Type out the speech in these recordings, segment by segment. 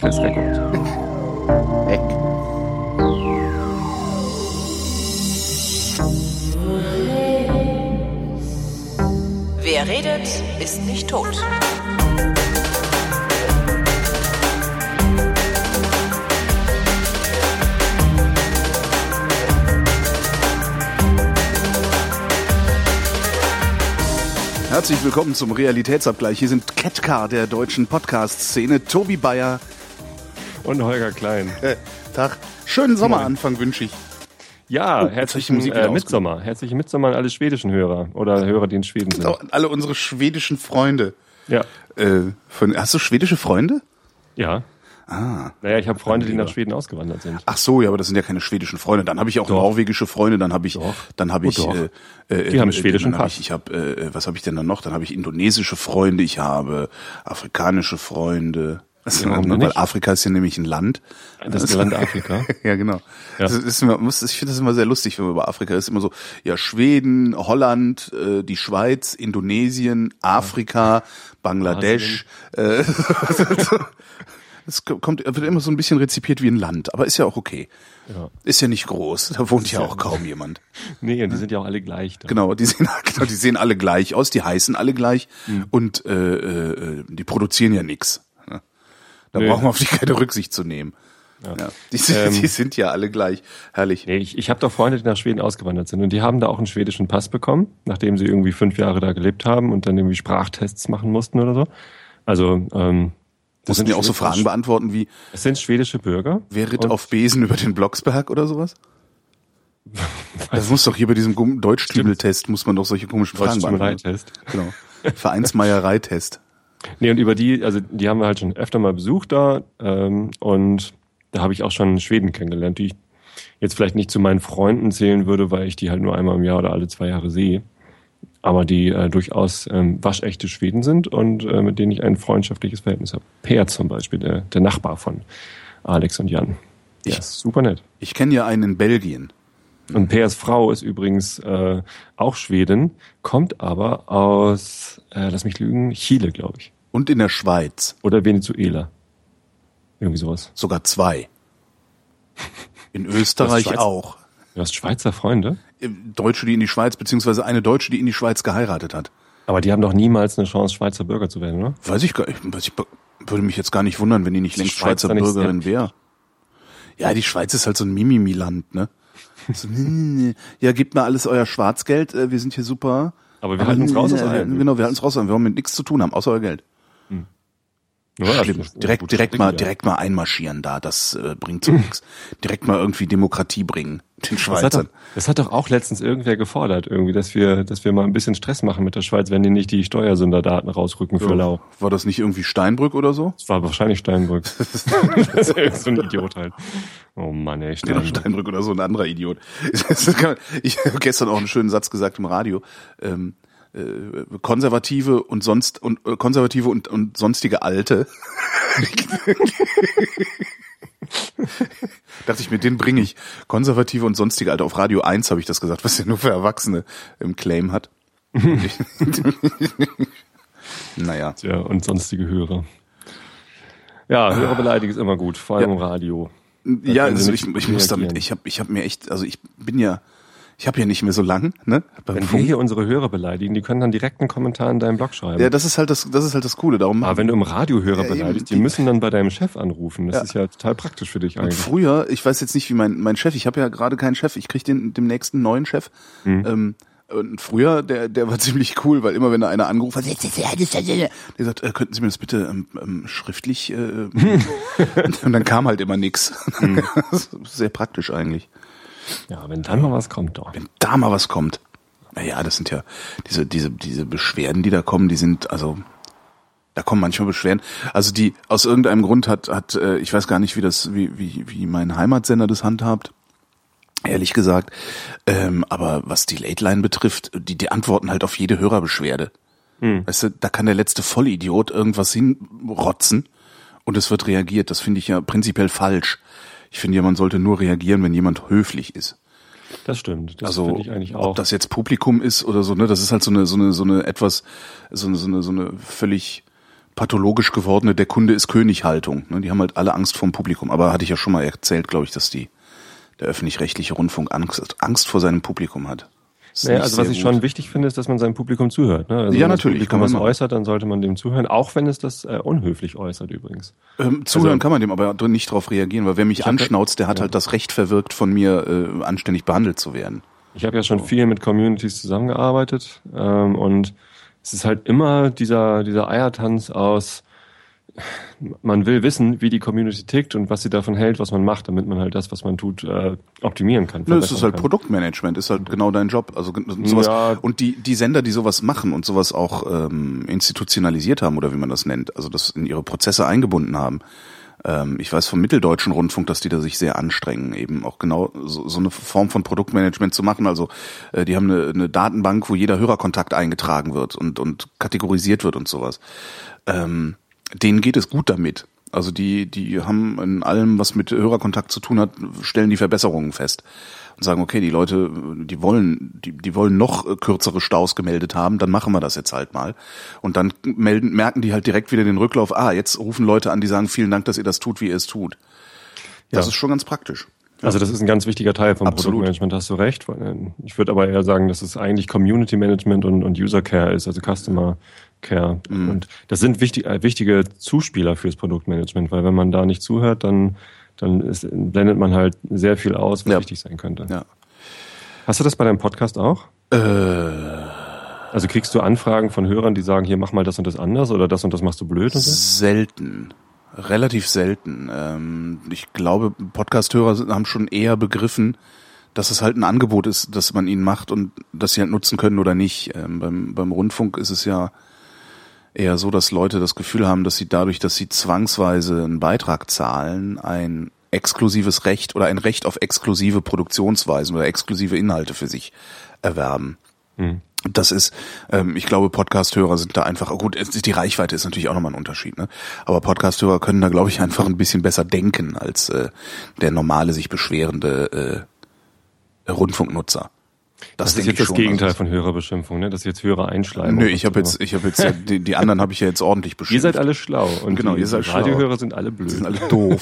Press Record. Weg. Wer redet, ist nicht tot. Herzlich willkommen zum Realitätsabgleich. Hier sind Ketka der deutschen Podcast-Szene, Tobi Bayer und Holger Klein. Tag. Schönen Sommeranfang wünsche ich. Ja, herzlichen Mitsommer. Herzlichen Mitsommer an alle schwedischen Hörer oder Hörer, die in Schweden sind. Auch alle unsere schwedischen Freunde. Ja. Hast du schwedische Freunde? Ja. Ah. Naja, ich habe Freunde, die nach Schweden ausgewandert sind. Ach so, ja, aber das sind ja keine schwedischen Freunde. Dann habe ich auch norwegische Freunde, die haben schwedischen Pass. Was habe ich denn dann noch? Dann habe ich indonesische Freunde, ich habe afrikanische Freunde. Weil Afrika ist ja nämlich ein Land. Das ist ein Land Afrika. Ja, genau. Ja. Ich finde das immer sehr lustig, wenn man über Afrika ist. Immer so, ja, Schweden, Holland, die Schweiz, Indonesien, Afrika, Bangladesch. Es wird immer so ein bisschen rezipiert wie ein Land, aber ist ja auch okay. Ja. Ist ja nicht groß, da wohnt ja auch kaum jemand. Nee, und die sind ja auch alle gleich. Da. Genau, die sehen alle gleich aus, die heißen alle gleich und die produzieren ja nichts. Da brauchen wir auf die keine Rücksicht zu nehmen. Ja. Die sind ja alle gleich. Herrlich. Nee, ich habe doch Freunde, die nach Schweden ausgewandert sind und die haben da auch einen schwedischen Pass bekommen, nachdem sie irgendwie 5 Jahre da gelebt haben und dann irgendwie Sprachtests machen mussten oder so. Also mussten die auch so Fragen beantworten wie: Es sind schwedische Bürger. Wer ritt auf Besen über den Blocksberg oder sowas? Das muss doch hier bei diesem Deutschtümeltest muss man doch solche komischen Fragen beantworten. Deutschtümereitest. Genau. Vereinsmeiereitest. Nee, und die haben wir halt schon öfter mal besucht da und da habe ich auch schon Schweden kennengelernt, die ich jetzt vielleicht nicht zu meinen Freunden zählen würde, weil ich die halt nur einmal im Jahr oder alle 2 Jahre sehe. Aber die durchaus waschechte Schweden sind und mit denen ich ein freundschaftliches Verhältnis habe. Per zum Beispiel, der Nachbar von Alex und Jan. Der ist super nett. Ich kenne ja einen in Belgien. Und Pers Frau ist übrigens auch Schwedin, kommt aber aus, lass mich lügen, Chile, glaube ich. Und in der Schweiz. Oder Venezuela. Irgendwie sowas. Sogar 2. In Österreich auch. Du hast Schweizer Freunde? Deutsche, die in die Schweiz, beziehungsweise eine Deutsche, die in die Schweiz geheiratet hat. Aber die haben doch niemals eine Chance, Schweizer Bürger zu werden, oder? Weiß ich gar nicht. Ich würde mich jetzt gar nicht wundern, wenn die nicht längst Schweizer Bürgerin wäre. Ja, die Schweiz ist halt so ein Mimimi-Land, ne? So, ja, gebt mal alles euer Schwarzgeld, wir sind hier super. Aber wir halten uns raus aus euer Geld. Genau, wir halten uns raus, wir wollen mit nichts zu tun haben, außer euer Geld. Ja, direkt mal einmarschieren da, das bringt so nichts. Direkt mal irgendwie Demokratie bringen, den Schweizern. Das hat doch auch letztens irgendwer gefordert, irgendwie, dass wir mal ein bisschen Stress machen mit der Schweiz, wenn die nicht die Steuersünderdaten rausrücken für lau. War das nicht irgendwie Steinbrück oder so? Das war wahrscheinlich Steinbrück. Das ist irgend so ein Idiot halt. Oh Mann, ey, Steinbrück oder so ein anderer Idiot. Ich habe gestern auch einen schönen Satz gesagt im Radio. Konservative und sonstige Alte. Dachte ich mir, den bringe ich. Konservative und sonstige Alte. Auf Radio 1 habe ich das gesagt, was ja nur für Erwachsene im Claim hat. Naja. Tja, und sonstige Hörer. Ja, Hörerbeleidigung ist immer gut, vor allem im Radio. Ja, also ich muss damit, ich habe mir echt, also ich habe ja nicht mehr so lang, ne? Wenn wir hier unsere Hörer beleidigen, die können dann direkt einen Kommentar in deinem Blog schreiben. Ja, das ist halt das Coole. Darum. Aber wenn du im Radio Hörer beleidigst, die müssen dann bei deinem Chef anrufen. Das ist ja total praktisch für dich eigentlich. Und früher, ich weiß jetzt nicht, wie mein Chef, ich habe ja gerade keinen Chef, ich kriege demnächst einen neuen Chef. Und früher, der war ziemlich cool, weil immer wenn da einer angerufen hat, der sagt, könnten Sie mir das bitte schriftlich und dann kam halt immer nix. Sehr praktisch eigentlich. Ja, wenn da mal was kommt, doch. Wenn da mal was kommt. Naja, das sind ja diese Beschwerden, die da kommen, die sind, also, da kommen manchmal Beschwerden. Also die, aus irgendeinem Grund hat ich weiß gar nicht, wie mein Heimatsender das handhabt. Ehrlich gesagt. Aber was die Late Line betrifft, die antworten halt auf jede Hörerbeschwerde. Weißt du, da kann der letzte Vollidiot irgendwas hinrotzen und es wird reagiert. Das finde ich ja prinzipiell falsch. Ich finde ja, man sollte nur reagieren, wenn jemand höflich ist. Das stimmt. Das also, finde ich eigentlich auch. Ob das jetzt Publikum ist oder so, ne, das ist halt so eine völlig pathologisch gewordene der Kunde ist König-Haltung. Die haben halt alle Angst vorm Publikum. Aber hatte ich ja schon mal erzählt, glaube ich, dass der öffentlich-rechtliche Rundfunk Angst vor seinem Publikum hat. Naja, also was ich schon wichtig finde, ist, dass man seinem Publikum zuhört. Ne? Also ja, natürlich. Wenn man was äußert, dann sollte man dem zuhören, auch wenn es das unhöflich äußert übrigens. Zuhören kann man dem aber nicht darauf reagieren, weil wer mich anschnauzt, der hat halt das Recht verwirkt, von mir anständig behandelt zu werden. Ich habe ja schon viel mit Communities zusammengearbeitet und es ist halt immer dieser Eiertanz aus, man will wissen, wie die Community tickt und was sie davon hält, was man macht, damit man halt das, was man tut, optimieren kann. Das ist halt Produktmanagement, ist halt genau dein Job. Also sowas. Ja. Und die Sender, die sowas machen und sowas auch institutionalisiert haben oder wie man das nennt, also das in ihre Prozesse eingebunden haben. Ich weiß vom Mitteldeutschen Rundfunk, dass die da sich sehr anstrengen, eben auch genau so eine Form von Produktmanagement zu machen. Also die haben eine Datenbank, wo jeder Hörerkontakt eingetragen wird und kategorisiert wird und sowas. Denen geht es gut damit. Also die haben in allem, was mit Hörerkontakt zu tun hat, stellen die Verbesserungen fest und sagen, okay, die Leute, die wollen noch kürzere Staus gemeldet haben, dann machen wir das jetzt halt mal. Und dann merken die halt direkt wieder den Rücklauf, jetzt rufen Leute an, die sagen, vielen Dank, dass ihr das tut, wie ihr es tut. Das ist schon ganz praktisch. Ja. Also das ist ein ganz wichtiger Teil vom Produktmanagement, hast du recht. Ich würde aber eher sagen, dass es eigentlich Community Management und User Care ist, also Customer Care. Mhm. Und das sind wichtige Zuspieler fürs Produktmanagement, weil wenn man da nicht zuhört, dann blendet man halt sehr viel aus, was wichtig sein könnte. Ja. Hast du das bei deinem Podcast auch? Also kriegst du Anfragen von Hörern, die sagen, hier mach mal das und das anders oder das und das machst du blöd und so? Selten. Relativ selten. Ich glaube, Podcast-Hörer haben schon eher begriffen, dass es halt ein Angebot ist, das man ihnen macht und das sie halt nutzen können oder nicht. Beim Rundfunk ist es ja eher so, dass Leute das Gefühl haben, dass sie dadurch, dass sie zwangsweise einen Beitrag zahlen, ein exklusives Recht oder ein Recht auf exklusive Produktionsweisen oder exklusive Inhalte für sich erwerben. Mhm. Das ist, ich glaube, Podcast-Hörer sind da einfach, gut, die Reichweite ist natürlich auch nochmal ein Unterschied, ne? Aber Podcast-Hörer können da, glaube ich, einfach ein bisschen besser denken als der normale, sich beschwerende Rundfunknutzer. Das ist jetzt das Gegenteil von Hörerbeschimpfung, ne? Dass jetzt Hörer einschleimen. Nö, ich habe jetzt ja, die anderen habe ich ja jetzt ordentlich beschimpft. Ihr seid alle schlau und genau, ihr seid Radiohörer sind alle blöd. Die sind alle doof.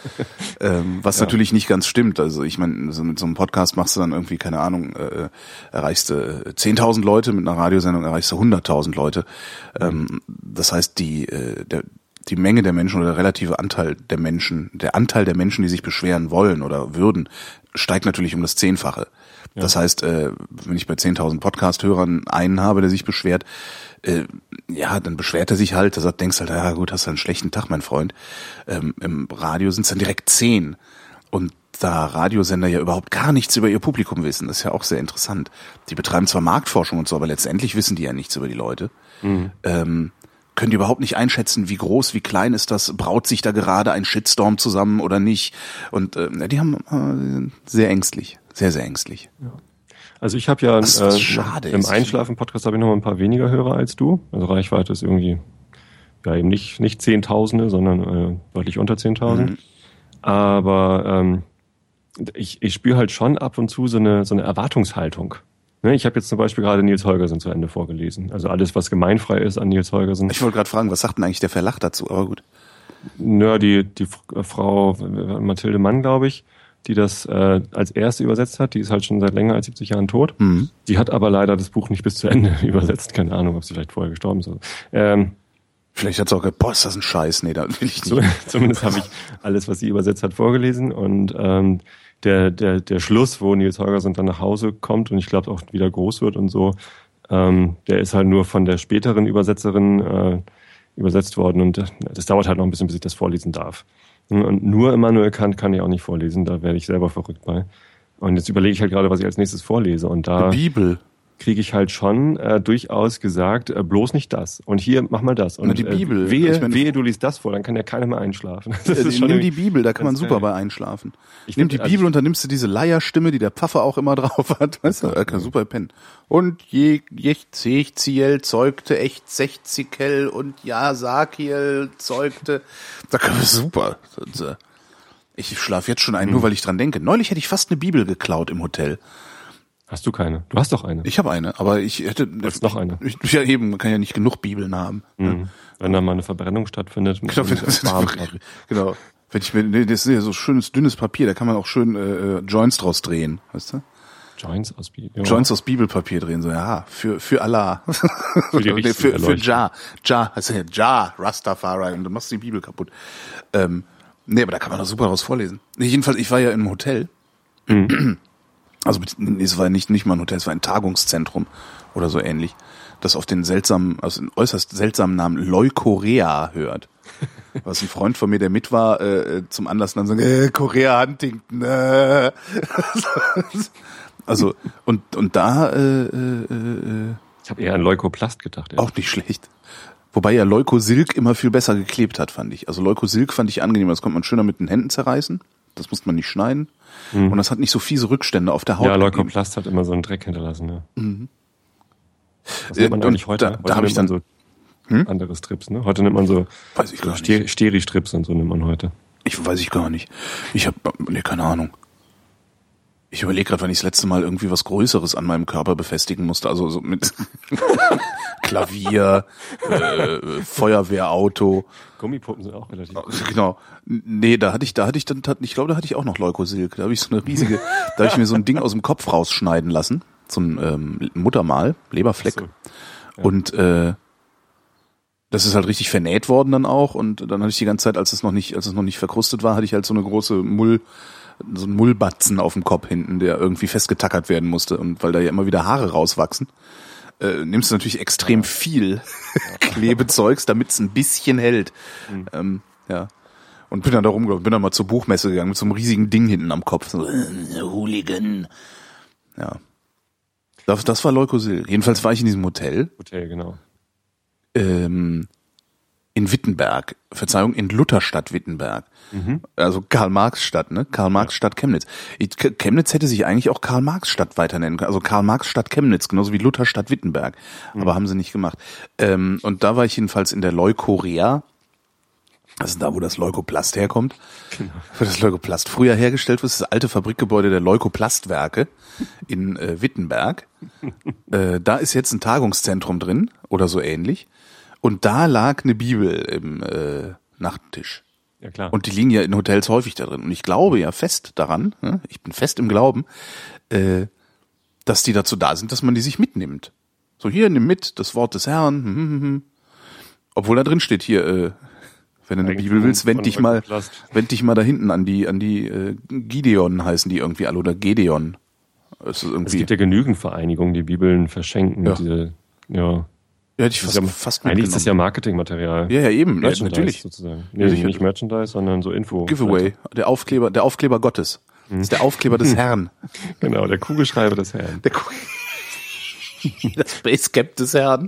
Was natürlich nicht ganz stimmt. Also ich meine, so mit so einem Podcast machst du dann irgendwie, keine Ahnung, erreichst du 10.000 Leute, mit einer Radiosendung erreichst du 100.000 Leute. Das heißt, die Menge der Menschen oder der relative Anteil der Menschen, die sich beschweren wollen oder würden, steigt natürlich um das 10-fache. Ja. Das heißt, wenn ich bei 10.000 Podcast-Hörern einen habe, der sich beschwert, dann beschwert er sich halt, denkst halt, ja gut, hast du einen schlechten Tag, mein Freund. Im Radio sind es dann direkt 10. Und da Radiosender ja überhaupt gar nichts über ihr Publikum wissen, das ist ja auch sehr interessant. Die betreiben zwar Marktforschung und so, aber letztendlich wissen die ja nichts über die Leute. Mhm. Können die überhaupt nicht einschätzen, wie groß, wie klein ist das, braut sich da gerade ein Shitstorm zusammen oder nicht. Und die sind sehr ängstlich, sehr, sehr ängstlich. Ja. Also ich habe ja im Einschlafen-Podcast habe ich noch ein paar weniger Hörer als du. Also Reichweite ist irgendwie eben nicht Zehntausende, sondern deutlich unter 10.000. Mhm. Aber ich spüre halt schon ab und zu so eine Erwartungshaltung. Ich habe jetzt zum Beispiel gerade Nils Holgersen zu Ende vorgelesen. Also alles, was gemeinfrei ist an Nils Holgersen. Ich wollte gerade fragen, was sagt denn eigentlich der Verlag dazu? Aber gut. Ja, die Frau Mathilde Mann, glaube ich, die das als erste übersetzt hat. Die ist halt schon seit länger als 70 Jahren tot. Mhm. Die hat aber leider das Buch nicht bis zu Ende übersetzt. Keine Ahnung, ob sie vielleicht vorher gestorben ist. Vielleicht hat sie auch gesagt, boah, ist das ein Scheiß. Nee, da will ich nicht. Zumindest habe ich alles, was sie übersetzt hat, vorgelesen. Und der Schluss, wo Nils Holgersen dann nach Hause kommt und ich glaube auch wieder groß wird und so, der ist halt nur von der späteren Übersetzerin übersetzt worden und das dauert halt noch ein bisschen, bis ich das vorlesen darf. Und nur Immanuel Kant kann ich auch nicht vorlesen, da werde ich selber verrückt bei. Und jetzt überlege ich halt gerade, was ich als nächstes vorlese. Und da die Bibel kriege ich halt schon durchaus gesagt, bloß nicht das. Und hier, mach mal das. Und die Bibel. Wehe, du liest das vor, dann kann ja keiner mehr einschlafen. Nimm die Bibel, da kann man super bei einschlafen. Nimm die Bibel und dann nimmst du diese Leierstimme, die der Pfaffe auch immer drauf hat. Weißt du, er kann super pennen. Und Jechiel zeugte Echzechiel und Jasakiel zeugte. Da kann man super. Ich schlafe jetzt schon ein, nur weil ich dran denke. Neulich hätte ich fast eine Bibel geklaut im Hotel. Hast du keine? Du hast doch eine. Ich habe eine, aber ich hätte... Hast noch eine? Ja eben, man kann ja nicht genug Bibeln haben. Mhm. Wenn da mal eine Verbrennung stattfindet. Genau. Wenn ich mir, das ist ja so schönes, dünnes Papier, da kann man auch schön Joints draus drehen, weißt du? Joints aus Bibelpapier drehen, so, ja, für Allah. Für die für Jah, also Jah, Rastafari, und du machst die Bibel kaputt. Nee, aber da kann man doch super draus vorlesen. Jedenfalls, ich war ja im Hotel. Also, es war nicht mal ein Hotel, es war ein Tagungszentrum oder so ähnlich, das auf den äußerst seltsamen Namen Leukorea hört. Was ein Freund von mir, der mit war, zum Anlass dann sagen, Korea Huntington. Also, und da ich habe eher an Leukoplast gedacht. Ja. Auch nicht schlecht. Wobei ja Leukosilk immer viel besser geklebt hat, fand ich. Also Leukosilk fand ich angenehmer, das konnte man schöner mit den Händen zerreißen. Das musste man nicht schneiden. Und das hat nicht so fiese Rückstände auf der Haut. Ja, Leukoplast hat immer so einen Dreck hinterlassen. Ja. Das nimmt man auch nicht heute. Da habe ich dann so andere Strips, ne? Heute nimmt man so Steri-Strips und so nimmt man heute. Weiß ich gar nicht. Ich habe keine Ahnung. Ich überlege gerade, wann ich das letzte Mal irgendwie was Größeres an meinem Körper befestigen musste. Also so mit Klavier, Feuerwehrauto. Gummipuppen sind auch relativ gut. Genau. Nee, da hatte ich auch noch Leukosilk. Da habe ich so eine riesige, da habe ich mir so ein Ding aus dem Kopf rausschneiden lassen. So ein Muttermal, Leberfleck. So. Ja. Und das ist halt richtig vernäht worden dann auch. Und dann hatte ich die ganze Zeit, als es noch nicht verkrustet war, hatte ich halt so eine große so ein Mullbatzen auf dem Kopf hinten, der irgendwie festgetackert werden musste. Und weil da ja immer wieder Haare rauswachsen, nimmst du natürlich extrem viel Klebezeugs, damit es ein bisschen hält. Ja. Und bin dann da rumgelaufen, bin dann mal zur Buchmesse gegangen mit so einem riesigen Ding hinten am Kopf. So, Hooligan. Ja. Das war Leukosil. Jedenfalls war ich in diesem Hotel. Hotel, genau. In Wittenberg. Verzeihung, in Lutherstadt Wittenberg. Also Karl-Marx-Stadt, ne? Karl-Marx-Stadt Chemnitz. Chemnitz hätte sich eigentlich auch Karl-Marx-Stadt weiter nennen können. Also Karl-Marx-Stadt Chemnitz, genauso wie Lutherstadt Wittenberg. Aber haben sie nicht gemacht. Und da war ich jedenfalls in der Leukorea. Das ist da, wo das Leukoplast herkommt. Genau. Wo das Leukoplast früher hergestellt wird. Das ist das alte Fabrikgebäude der Leukoplastwerke in Wittenberg. Da ist jetzt ein Tagungszentrum drin oder so ähnlich. Und da lag eine Bibel im Nachttisch. Ja, klar. Und die liegen ja in Hotels häufig da drin. Und ich glaube ja fest daran, ich bin fest im Glauben, dass die dazu da sind, dass man die sich mitnimmt. So, hier, nimm mit das Wort des Herrn. Obwohl da drin steht hier, wenn du eine Bibel willst, wend dich mal da hinten an die Gideon heißen die irgendwie alle oder Gedeon. Es gibt ja genügend Vereinigungen, die Bibeln verschenken. Ja. Ja, hätte ich fast mitgenommen. Eigentlich ist das ja Marketingmaterial. Ja, eben, Merchandise, natürlich. Sozusagen. Nee, nicht Merchandise, sondern so Info. Giveaway, der Aufkleber Gottes. Das ist der Aufkleber des Herrn. Genau, der Kugelschreiber des Herrn. Das Basecap des Herrn.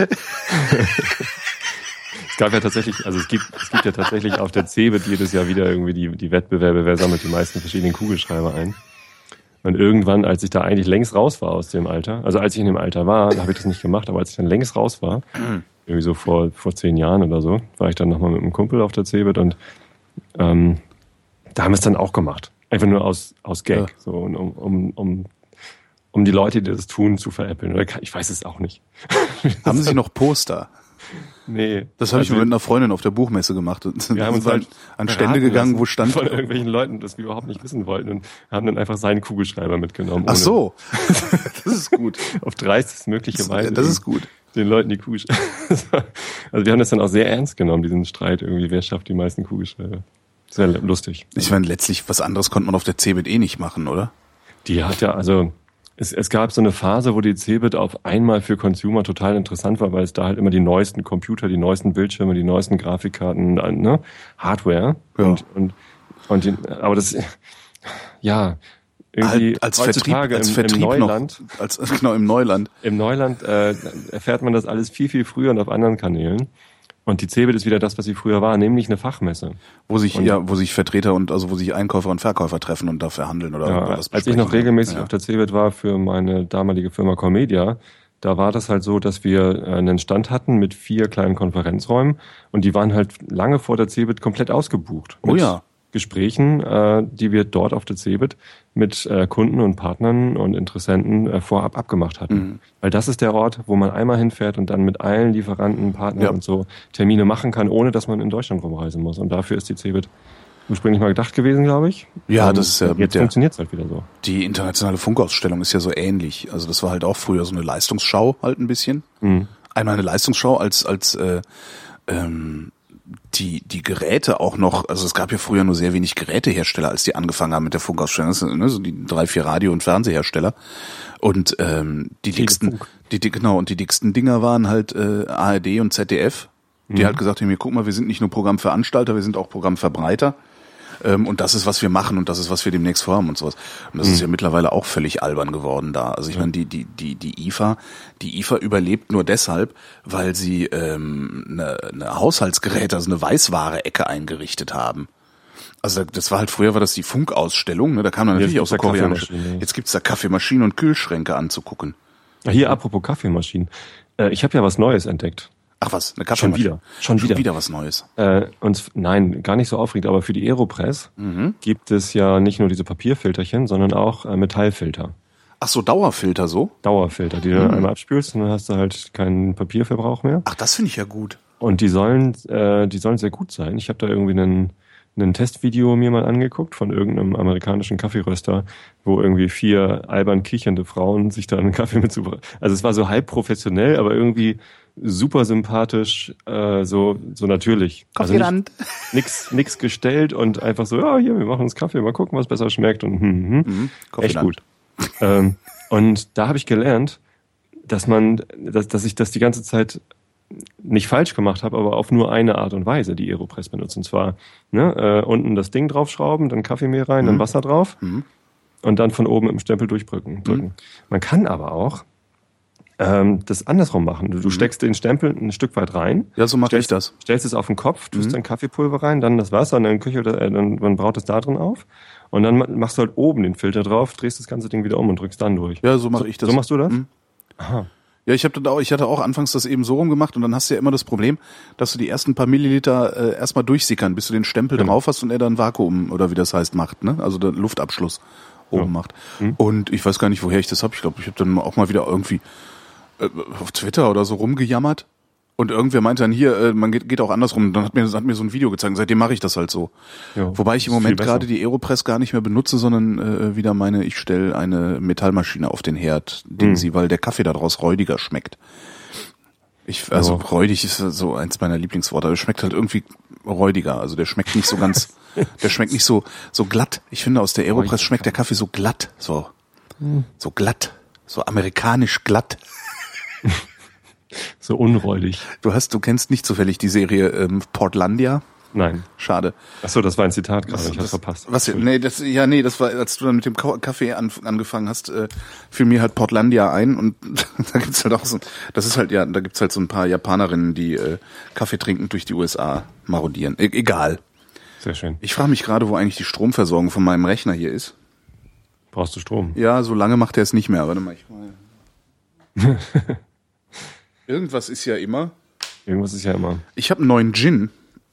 Es gab ja tatsächlich, also es gibt ja tatsächlich auf der CeBIT jedes Jahr wieder irgendwie die Wettbewerbe, wer sammelt die meisten verschiedenen Kugelschreiber ein. Und irgendwann, als ich da eigentlich längst raus war aus dem Alter, also als ich in dem Alter war, da habe ich das nicht gemacht, aber als ich dann längst raus war, irgendwie so vor 10 Jahren oder so, war ich dann nochmal mit einem Kumpel auf der CeBIT und da haben wir es dann auch gemacht. Einfach nur aus Gag, so um die Leute, die das tun, zu veräppeln. Oder ich weiß es auch nicht. Haben Sie noch Poster? Nee. Das habe ich mit einer Freundin auf der Buchmesse gemacht. Wir haben uns halt an Stände gegangen, wo stand von irgendwelchen Leuten, das wir überhaupt nicht wissen wollten und haben dann einfach seinen Kugelschreiber mitgenommen. Ach so. Das ist gut. Auf dreistest mögliche Weise. Das ist gut. Den Leuten die Kugelschreiber. Also wir haben das dann auch sehr ernst genommen, diesen Streit irgendwie, wer schafft die meisten Kugelschreiber. Sehr lustig. Ich meine, letztlich was anderes konnte man auf der CeBIT nicht machen, oder? Die hat ja, also es gab so eine Phase, wo die CeBIT auf einmal für Consumer total interessant war, weil es da halt immer die neuesten Computer, die neuesten Bildschirme, die neuesten Grafikkarten, ne, Hardware ja. Aber das, ja, irgendwie als heutzutage Vertrieb im Neuland. Im Neuland. Im Neuland erfährt man das alles viel, viel früher und auf anderen Kanälen. Und die CeBIT ist wieder das, was sie früher war, nämlich eine Fachmesse. Wo sich Vertreter wo sich Einkäufer und Verkäufer treffen und da verhandeln oder was besprechen. Als ich noch regelmäßig auf der CeBIT war für meine damalige Firma Comedia, da war das halt so, dass wir einen Stand hatten mit 4 kleinen Konferenzräumen und die waren halt lange vor der CeBIT komplett ausgebucht. Oh ja. Gesprächen, die wir dort auf der CeBIT mit Kunden und Partnern und Interessenten vorab abgemacht hatten. Mhm. Weil das ist der Ort, wo man einmal hinfährt und dann mit allen Lieferanten, Partnern und so Termine machen kann, ohne dass man in Deutschland rumreisen muss. Und dafür ist die CeBIT ursprünglich mal gedacht gewesen, glaube ich. Ja, das ist ja jetzt funktioniert es halt wieder so. Die internationale Funkausstellung ist ja so ähnlich. Also das war halt auch früher so eine Leistungsschau halt ein bisschen. Mhm. Einmal eine Leistungsschau als die Geräte auch noch, also es gab ja früher nur sehr wenig Gerätehersteller, als die angefangen haben mit der Funkausstellung, das sind, ne, so die 3-4 Radio- und Fernsehersteller. Und die dicksten Dinger waren halt ARD und ZDF, die halt gesagt haben, hier, guck mal, wir sind nicht nur Programmveranstalter, wir sind auch Programmverbreiter. Und das ist, was wir machen und das ist, was wir demnächst vorhaben und sowas. Und das ist ja mittlerweile auch völlig albern geworden da. Also ich meine, die IFA überlebt nur deshalb, weil sie eine Haushaltsgeräte, also eine Weißware-Ecke eingerichtet haben. Also das war halt, früher war das die Funkausstellung, ne? Da kam dann natürlich auch so koreanische. Jetzt gibt's da Kaffeemaschinen und Kühlschränke anzugucken. Hier, apropos Kaffeemaschinen. Ich habe ja was Neues entdeckt. Ach was, eine Kaffeemaschine. Schon wieder was Neues. Nein, gar nicht so aufregend, aber für die Aeropress gibt es ja nicht nur diese Papierfilterchen, sondern auch Metallfilter. Ach so, Dauerfilter so? Dauerfilter, die du einmal abspülst und dann hast du halt keinen Papierverbrauch mehr. Ach, das finde ich ja gut. Und die sollen sehr gut sein. Ich habe da irgendwie ein Testvideo mir mal angeguckt von irgendeinem amerikanischen Kaffeeröster, wo irgendwie 4 albern kichernde Frauen sich da einen Kaffee mitzubrachen. Also es war so halb professionell, aber irgendwie super sympathisch, so natürlich. Kaffeerand. Also nix gestellt und einfach so, ja, hier, wir machen uns Kaffee, mal gucken, was besser schmeckt und echt gut. Und da habe ich gelernt, dass ich das die ganze Zeit nicht falsch gemacht habe, aber auf nur eine Art und Weise die Aeropress benutzt. Und zwar unten das Ding draufschrauben, dann Kaffeemehl rein, dann Wasser drauf und dann von oben mit dem Stempel drücken. Man kann aber auch das andersrum machen. Du steckst den Stempel ein Stück weit rein. Ja, so mache ich das. Stellst es auf den Kopf, tust dann Kaffeepulver rein, dann das Wasser und dann dann braut es da drin auf. Und dann machst du halt oben den Filter drauf, drehst das ganze Ding wieder um und drückst dann durch. Ja, so mache ich das. So machst du das? Aha. Ja, ich hatte auch anfangs das eben so rum gemacht und dann hast du ja immer das Problem, dass du die ersten paar Milliliter erstmal durchsickern, bis du den Stempel drauf hast und er dann Vakuum oder wie das heißt macht, ne? Also der Luftabschluss oben macht. Und ich weiß gar nicht, woher ich das habe. Ich glaube, ich habe dann auch mal wieder irgendwie auf Twitter oder so rumgejammert und irgendwer meinte dann hier, man geht auch andersrum. Dann hat mir so ein Video gezeigt. Seitdem mache ich das halt so. Ja, wobei ich im Moment gerade die Aeropress gar nicht mehr benutze, sondern wieder ich stelle eine Metallmaschine auf den Herd, weil der Kaffee daraus räudiger schmeckt. Räudig ist so eins meiner Lieblingsworte. Aber es schmeckt halt irgendwie räudiger. Also der schmeckt nicht so ganz, der schmeckt nicht so glatt. Ich finde, aus der Aeropress schmeckt der Kaffee so glatt, so glatt, so amerikanisch glatt. So unräudig. Du kennst nicht zufällig die Serie Portlandia? Nein. Schade. Ach so, das war ein Zitat gerade, ich hab's verpasst. Das war, als du dann mit dem Kaffee angefangen hast, fiel mir halt Portlandia ein und da gibt's halt auch da gibt's halt so ein paar Japanerinnen, die Kaffee trinkend durch die USA marodieren. Egal. Sehr schön. Ich frage mich gerade, wo eigentlich die Stromversorgung von meinem Rechner hier ist. Brauchst du Strom? Ja, so lange macht er es nicht mehr. Warte mal, Irgendwas ist ja immer. Ich habe einen neuen Gin.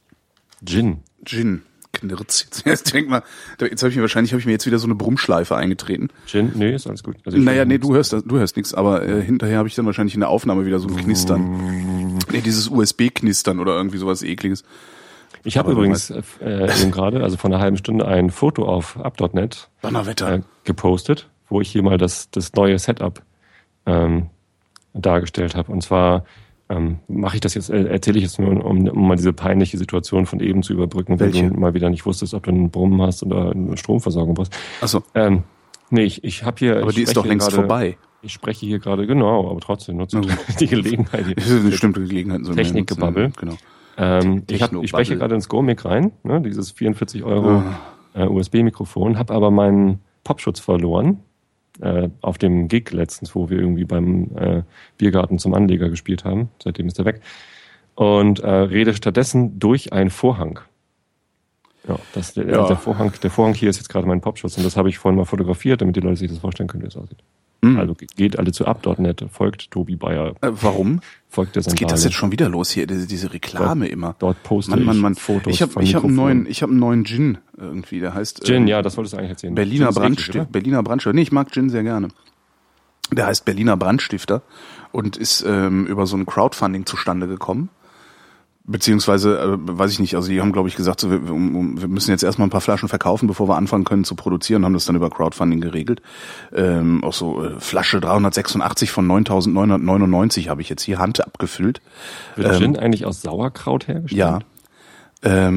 Gin. Knirz. Jetzt habe ich mir jetzt wieder so eine Brummschleife eingetreten. Gin? Nee, ist alles gut. Also du hörst nichts, aber hinterher habe ich dann wahrscheinlich in der Aufnahme wieder so ein Knistern. Nee, dieses USB-Knistern oder irgendwie sowas Ekliges. Ich habe übrigens eben gerade, also vor einer halben Stunde, ein Foto auf up.net gepostet, wo ich hier mal das neue Setup dargestellt habe. Und zwar erzähle ich jetzt nur, um mal diese peinliche Situation von eben zu überbrücken, weil du mal wieder nicht wusstest, ob du einen Brummen hast oder eine Stromversorgung brauchst. Ach so. Nee, ich habe hier... Aber die ist doch längst vorbei. Ich spreche hier gerade, genau, aber trotzdem nutze die Gelegenheit. Das ist eine bestimmte Gelegenheit. So Technikgebabbel. Genau. Ich spreche gerade ins Go-Mic rein, ne, dieses 44 € USB-Mikrofon, habe aber meinen Popschutz verloren. Auf dem Gig letztens, wo wir irgendwie beim Biergarten zum Anleger gespielt haben. Seitdem ist er weg. Und rede stattdessen durch einen Vorhang. Ja, der Vorhang hier ist jetzt gerade mein Popschutz und das habe ich vorhin mal fotografiert, damit die Leute sich das vorstellen können, wie es aussieht. Also geht alle zu up.net, folgt Tobi Bayer. Warum? Folgt der Jetzt geht das jetzt schon wieder los hier, diese Reklame immer. Dort poste Mann. ich Fotos Ich habe einen neuen Gin irgendwie, der heißt Gin, ja, das wolltest du eigentlich erzählen. Berliner Brandstifter. Nee, ich mag Gin sehr gerne. Der heißt Berliner Brandstifter und ist über so ein Crowdfunding zustande gekommen. Beziehungsweise, weiß ich nicht, also die haben, glaube ich, gesagt, so, wir müssen jetzt erstmal ein paar Flaschen verkaufen, bevor wir anfangen können zu produzieren, haben das dann über Crowdfunding geregelt. Auch so Flasche 386 von 9.999 habe ich jetzt hier Hand abgefüllt. Wird Gin eigentlich aus Sauerkraut hergestellt? Ja.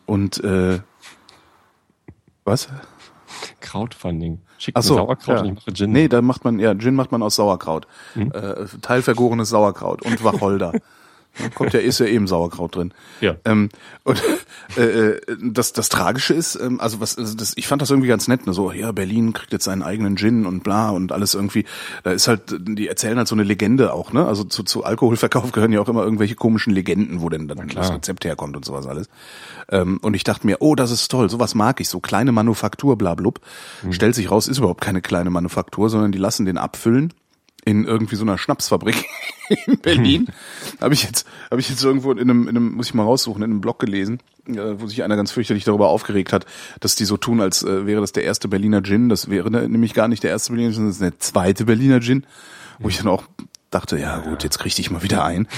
Was? Crowdfunding. Schickt mir Sauerkraut und ich mache Gin. Nee, Gin macht man aus Sauerkraut. Teilvergorenes Sauerkraut und Wacholder. Ist ja eben Sauerkraut drin. Ja. Das Tragische ist, ich fand das irgendwie ganz nett, ne? So, ja, Berlin kriegt jetzt seinen eigenen Gin und bla und alles irgendwie. Da ist halt, die erzählen halt so eine Legende auch, ne? Also zu Alkoholverkauf gehören ja auch immer irgendwelche komischen Legenden, wo denn dann das Rezept herkommt und sowas alles. Und ich dachte mir, oh, das ist toll, sowas mag ich, so kleine Manufaktur, bla blub. Stellt sich raus, ist überhaupt keine kleine Manufaktur, sondern die lassen den abfüllen in irgendwie so einer Schnapsfabrik in Berlin. Habe ich jetzt irgendwo in einem, muss ich mal raussuchen, in einem Blog gelesen, wo sich einer ganz fürchterlich darüber aufgeregt hat, dass die so tun, als wäre das der erste Berliner Gin. Das wäre nämlich gar nicht der erste Berliner Gin, das ist der zweite Berliner Gin. Wo ich dann auch dachte, ja gut, jetzt krieg ich mal wieder ein.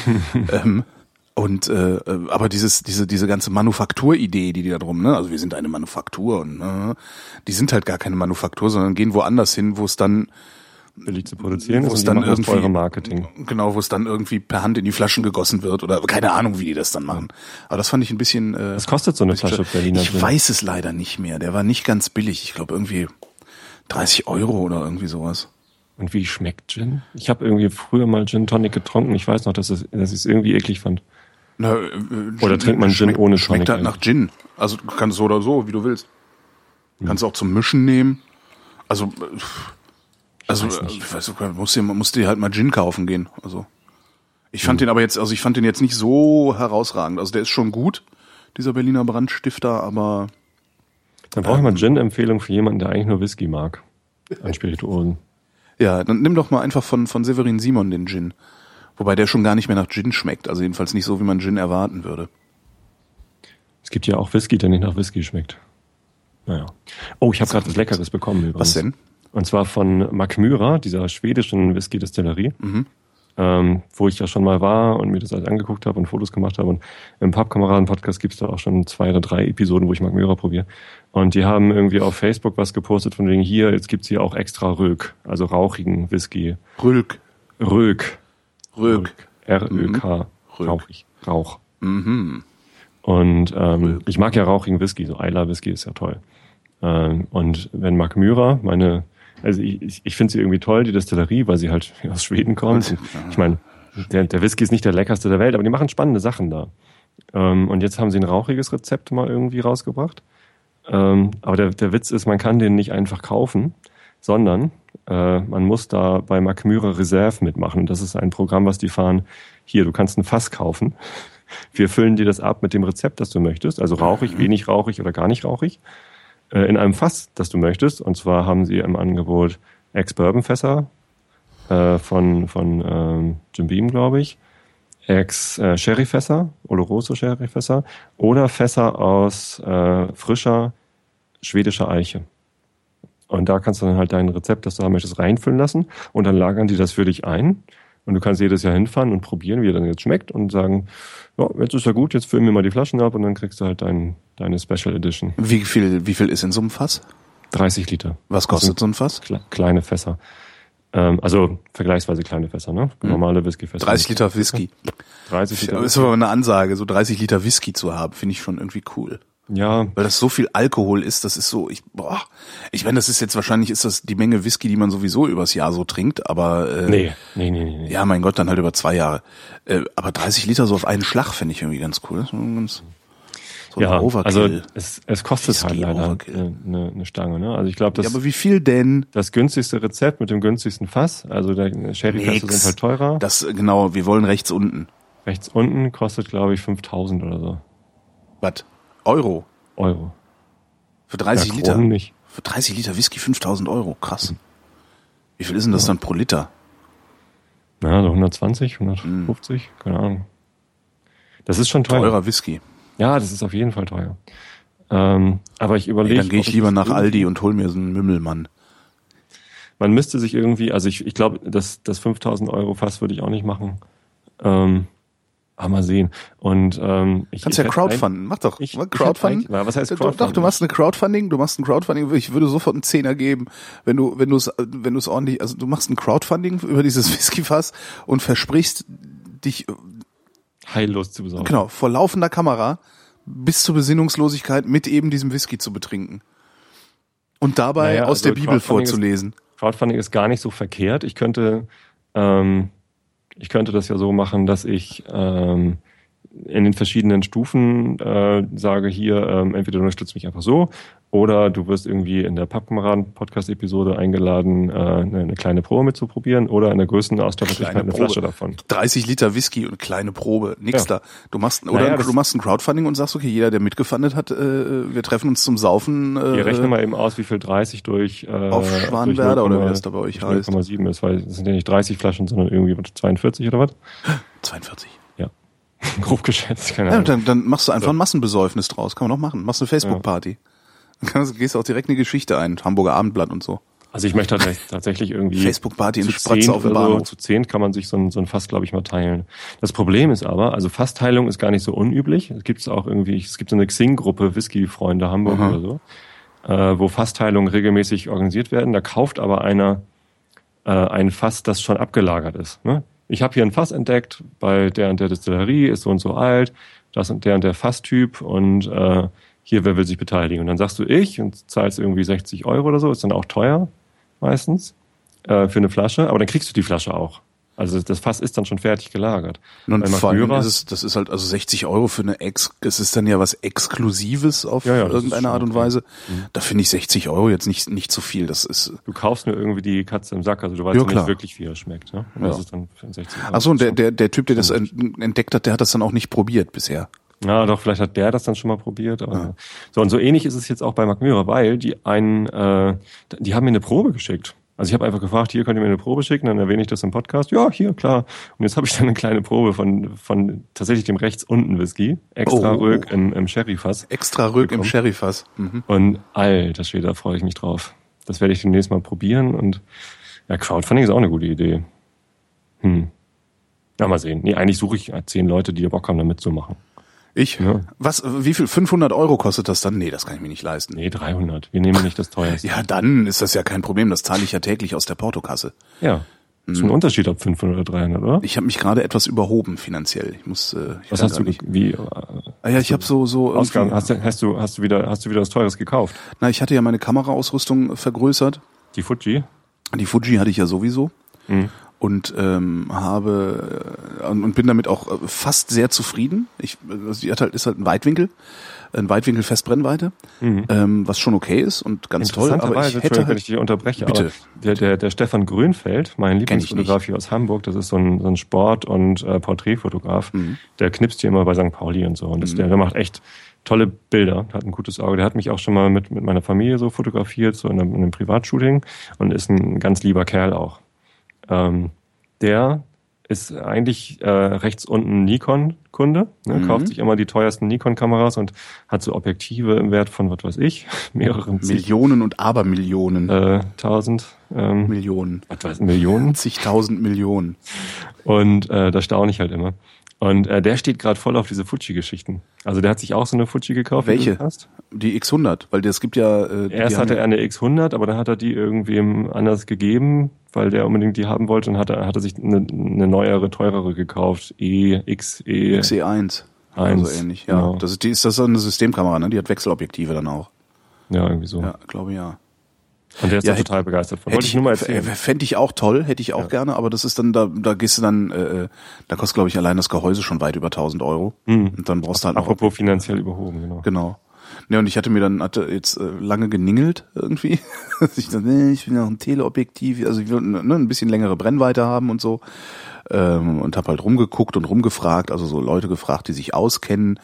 Aber diese ganze Manufakturidee, die da drum, ne? Also wir sind eine Manufaktur und die sind halt gar keine Manufaktur, sondern gehen woanders hin, wo es dann billig zu produzieren wo es dann irgendwie teure Marketing. Genau, wo es dann irgendwie per Hand in die Flaschen gegossen wird oder keine Ahnung, wie die das dann machen. Aber das fand ich ein bisschen. Was kostet so eine Flasche Berliner Gin? Ich weiß es leider nicht mehr. Der war nicht ganz billig. Ich glaube irgendwie 30 Euro oder irgendwie sowas. Und wie schmeckt Gin? Ich habe irgendwie früher mal Gin Tonic getrunken. Ich weiß noch, dass ich es irgendwie eklig fand. Oder trinkt man Gin ohne Tonic? Schmeckt halt nach Gin. Also du kannst so oder so, wie du willst. Kannst auch zum Mischen nehmen. Musst dir halt mal Gin kaufen gehen. Also ich fand den jetzt nicht so herausragend. Also der ist schon gut, dieser Berliner Brandstifter, aber dann brauche ich mal Gin-Empfehlung für jemanden, der eigentlich nur Whisky mag. An Spirituosen. Ja, dann nimm doch mal einfach von Severin Simon den Gin. Wobei der schon gar nicht mehr nach Gin schmeckt. Also jedenfalls nicht so, wie man Gin erwarten würde. Es gibt ja auch Whisky, der nicht nach Whisky schmeckt. Naja. Oh, ich habe gerade was Leckeres bekommen übrigens. Was denn? Und zwar von Mackmyra, dieser schwedischen Whisky-Destillerie, wo ich ja schon mal war und mir das alles angeguckt habe und Fotos gemacht habe. Und im Pappkameraden-Podcast gibt es da auch schon 2 oder 3 Episoden, wo ich Mackmyra probiere. Und die haben irgendwie auf Facebook was gepostet von wegen hier, jetzt gibt's hier auch extra Röök, also rauchigen Whisky. Röök. R-Ö-K. Rauchig. Rauch. Und ich mag ja rauchigen Whisky, so Islay Whisky ist ja toll. Und wenn Mackmyra, ich finde sie irgendwie toll, die Destillerie, weil sie halt aus Schweden kommt. Ich meine, der Whisky ist nicht der leckerste der Welt, aber die machen spannende Sachen da. Und jetzt haben sie ein rauchiges Rezept mal irgendwie rausgebracht. Aber der Witz ist, man kann den nicht einfach kaufen, sondern man muss da bei Mackmyra Reserve mitmachen. Das ist ein Programm, was die fahren. Hier, du kannst ein Fass kaufen. Wir füllen dir das ab mit dem Rezept, das du möchtest. Also rauchig, wenig rauchig oder gar nicht rauchig. In einem Fass, das du möchtest. Und zwar haben sie im Angebot Ex-Bourbon-Fässer von Jim Beam, glaube ich. Ex-Sherry-Fässer, Oloroso-Sherry-Fässer. Oder Fässer aus frischer schwedischer Eiche. Und da kannst du dann halt dein Rezept, das du haben möchtest, reinfüllen lassen. Und dann lagern die das für dich ein. Und du kannst jedes Jahr hinfahren und probieren, wie er dann jetzt schmeckt und sagen, ja, jetzt ist er gut, jetzt füllen wir mal die Flaschen ab und dann kriegst du halt deine Special Edition. Wie viel ist in so einem Fass? 30 Liter. Was kostet so ein Fass? Kleine Fässer. Also vergleichsweise kleine Fässer, ne? Normale Whiskyfässer. 30 Liter Whisky. 30 Liter. Das ist aber eine Ansage, so 30 Liter Whisky zu haben, finde ich schon irgendwie cool. Ja. Weil das so viel Alkohol ist, das ist so, ich meine, das ist jetzt wahrscheinlich ist das die Menge Whisky, die man sowieso übers Jahr so trinkt, aber Nee. Ja, mein Gott, dann halt über 2 Jahre. Aber 30 Liter so auf einen Schlag finde ich irgendwie ganz cool. So ja, Overkill. also es kostet Whisky halt leider Overkill. eine Stange, ne? Also ich glaube, Ja, aber wie viel denn? das günstigste Rezept mit dem günstigsten Fass, also der Sherryfässer sind halt teurer. Das genau, wir wollen rechts unten. Rechts unten kostet, glaube ich, 5.000 oder so. Was? Euro? Für 30 ja, Liter? Kronen nicht. Für 30 Liter Whisky 5.000 Euro, krass. Wie viel ist denn das dann pro Liter? Ja, so 120, 150, keine Ahnung. Das ist schon teuer. Teurer Whisky. Ja, das ist auf jeden Fall teuer. Aber ich überlege... Dann gehe ich lieber nach Aldi und hol mir so einen Mümmelmann. Man müsste sich irgendwie, also ich glaube, das 5.000 € Fass würde ich auch nicht machen. Aber mal sehen. Und kannst ja Crowdfunden. Mach doch. Crowdfunding. Was heißt Crowdfunding? Doch, du machst ein Crowdfunding. Ich würde sofort einen Zehner geben, wenn du es ordentlich, also du machst ein Crowdfunding über dieses Whiskyfass und versprichst dich heillos zu besorgen. Genau, vor laufender Kamera bis zur Besinnungslosigkeit mit eben diesem Whisky zu betrinken. Und dabei aus der Bibel vorzulesen. Crowdfunding ist gar nicht so verkehrt. Ich könnte das ja so machen, dass ich in den verschiedenen Stufen sage hier, entweder du unterstützt mich einfach so oder du wirst irgendwie in der Pappkameraden-Podcast-Episode eingeladen, eine kleine Probe mitzuprobieren oder in der größten Ausstattung eine Flasche davon. 30 Liter Whisky und kleine Probe, nix da. Du machst ein Crowdfunding und sagst, okay, jeder, der mitgefundet hat, wir treffen uns zum Saufen. Wir rechnen mal eben aus, wie viel 30 durch auf Schwanwerder oder wie das da bei euch heißt. 0,7 ist, weil es sind ja nicht 30 Flaschen, sondern irgendwie 42 oder was? 42. Ja. Grob geschätzt, keine Ahnung. Ja, dann machst du einfach ein Massenbesäufnis draus. Kann man doch machen. Machst eine Facebook-Party. Dann gehst du auch direkt eine Geschichte ein. Hamburger Abendblatt und so. Also ich möchte tatsächlich irgendwie... Facebook-Party in Spratze auf dem Bahnhof. Zu 10 kann man sich so ein Fass, glaube ich, mal teilen. Das Problem ist aber, also Fassteilung ist gar nicht so unüblich. Es gibt so eine Xing-Gruppe, Whisky-Freunde Hamburg oder so, wo Fassteilungen regelmäßig organisiert werden. Da kauft aber einer ein Fass, das schon abgelagert ist, ne? Ich habe hier ein Fass entdeckt bei der und der Distillerie, ist so und so alt, das und der Fasstyp und hier, wer will sich beteiligen? Und dann sagst du ich und zahlst irgendwie 60 € oder so, ist dann auch teuer meistens für eine Flasche, aber dann kriegst du die Flasche auch. Also das Fass ist dann schon fertig gelagert. Und vor allem das ist halt also 60 € für es ist dann ja was Exklusives auf irgendeine Art und Weise. Da finde ich 60 € jetzt nicht zu viel. Das ist. Du kaufst nur irgendwie die Katze im Sack, also du weißt nicht wirklich, wie er schmeckt. Ne? Und das ist dann für 60 €. Achso, und der Typ, der das entdeckt hat, der hat das dann auch nicht probiert bisher. Ja, doch, vielleicht hat der das dann schon mal probiert. Aber so, und so ähnlich ist es jetzt auch bei Magmyra, weil die haben mir eine Probe geschickt. Also ich habe einfach gefragt, hier könnt ihr mir eine Probe schicken, dann erwähne ich das im Podcast. Ja, hier, klar. Und jetzt habe ich dann eine kleine Probe von tatsächlich dem rechts unten Whisky. Extra Rög im Sherryfass. Extra Rög im Sherryfass. Mhm. Und alter Schwede, da freue ich mich drauf. Das werde ich demnächst mal probieren. Und ja, Crowdfunding ist auch eine gute Idee. Ja, mal sehen. Nee, eigentlich suche ich 10 Leute, die Bock haben, da mitzumachen. Ja. Wie viel? 500 € kostet das dann? Nee, das kann ich mir nicht leisten. Nee, 300. Wir nehmen nicht das teuerste. Ja, dann ist das ja kein Problem. Das zahle ich ja täglich aus der Portokasse. Ja. Das ist ein Unterschied ob 500 oder 300, oder? Ich habe mich gerade etwas überhoben finanziell. Was hast du, wie? Ich habe so Ausgaben. Hast du wieder was Teures gekauft? Na, ich hatte ja meine Kameraausrüstung vergrößert. Die Fuji? Die Fuji hatte ich ja sowieso. Und bin damit auch fast sehr zufrieden. Die ist halt ein Weitwinkel Festbrennweite, was schon okay ist und ganz toll. Aber ich hätte wenn ich dich unterbreche, bitte. Aber der Stefan Grünfeld, mein Lieblingsfotograf hier aus Hamburg, das ist so ein Sport- und Porträtfotograf, der knipst hier immer bei St. Pauli und so. Und der macht echt tolle Bilder, hat ein gutes Auge. Der hat mich auch schon mal mit meiner Familie so fotografiert, so in einem Privatshooting und ist ein ganz lieber Kerl auch. Der ist eigentlich rechts unten Nikon-Kunde, ne? Kauft sich immer die teuersten Nikon-Kameras und hat so Objektive im Wert von, was weiß ich, mehreren Millionen und Abermillionen. 1000 Millionen. Was weiß Millionen? Zigtausend Millionen. Und da staune ich halt immer. Und der steht gerade voll auf diese Fuji-Geschichten. Also der hat sich auch so eine Fuji gekauft. Welche? Die X100, weil es gibt ja... Erst hatte er eine X100, aber dann hat er die irgendwem anders gegeben, weil der unbedingt die haben wollte und hat er sich eine neuere, teurere gekauft. XE1. Also ähnlich, ja. Genau. Das ist eine Systemkamera, ne? Die hat Wechselobjektive dann auch. Ja, irgendwie so. Ja, glaube ja. Und der ist total begeistert von. Wollte ich nur mal erzählen. Fände ich auch toll, hätte ich auch gerne, aber das ist dann, da gehst du dann, da kostet, glaube ich, allein das Gehäuse schon weit über 1.000 €. Und dann brauchst du halt noch... Apropos finanziell überhoben, genau. Genau. Ne, und ich hatte jetzt lange geningelt irgendwie. Ich dachte, ich will noch ein Teleobjektiv, also ich will ein bisschen längere Brennweite haben und so. Und habe halt rumgeguckt und rumgefragt, also so Leute gefragt, die sich auskennen.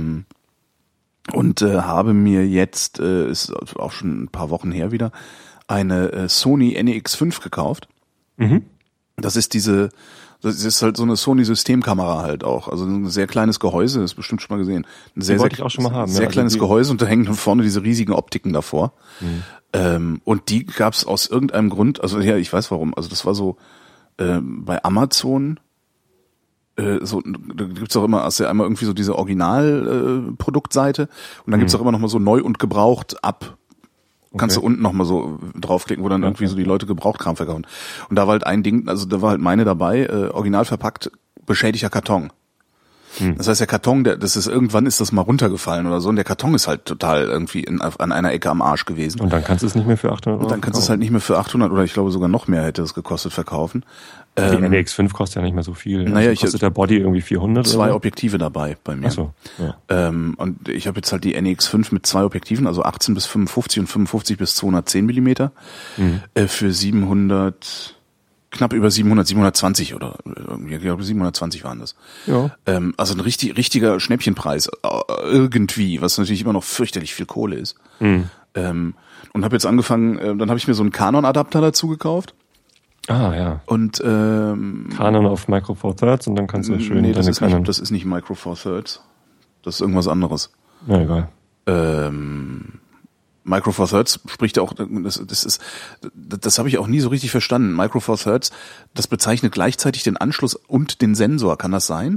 Und habe mir jetzt, ist auch schon ein paar Wochen her wieder, eine Sony NEX5 gekauft. Mhm. Das ist halt so eine Sony-Systemkamera halt auch. Also ein sehr kleines Gehäuse, das hast du bestimmt schon mal gesehen. Die wollte ich auch schon mal haben. Sehr kleines Gehäuse und da hängen vorne diese riesigen Optiken davor. Mhm. Und die gab's aus irgendeinem Grund, also ja, ich weiß warum. Also das war so bei Amazon, so, da gibt's auch immer, also einmal irgendwie so diese Original-Produktseite und dann gibt's auch immer noch mal so neu und gebraucht ab. Kannst du unten noch mal so draufklicken, wo dann irgendwie so die Leute Gebrauchtkram verkaufen. Und da war halt ein Ding, also da war halt meine dabei, original verpackt, beschädigter Karton. Das heißt, der Karton, irgendwann ist das mal runtergefallen oder so und der Karton ist halt total irgendwie an einer Ecke am Arsch gewesen. Und dann kannst du es nicht mehr für 800 Euro Und dann kannst du es halt nicht mehr für 800 oder ich glaube sogar noch mehr hätte es gekostet verkaufen. Die NEX5 kostet ja nicht mehr so viel. Naja, also kostet der Body irgendwie 400 2 oder? Objektive dabei bei mir. Ach so, ja. Und ich habe jetzt halt die NEX5 mit 2 Objektiven, also 18 bis 55 und 55 bis 210 Millimeter für 700, knapp über 700, 720 oder ich glaube 720 waren das. Ja. Also ein richtiger Schnäppchenpreis irgendwie, was natürlich immer noch fürchterlich viel Kohle ist. Und habe jetzt angefangen, dann habe ich mir so einen Canon-Adapter dazu gekauft. Ah, ja. Und Canon auf Micro Four Thirds und dann kannst du schön nee, das Canon. ist nicht Micro Four Thirds. Das ist irgendwas anderes. Ja, egal. Micro Four Thirds spricht auch, das habe ich auch nie so richtig verstanden. Micro Four Thirds, das bezeichnet gleichzeitig den Anschluss und den Sensor. Kann das sein?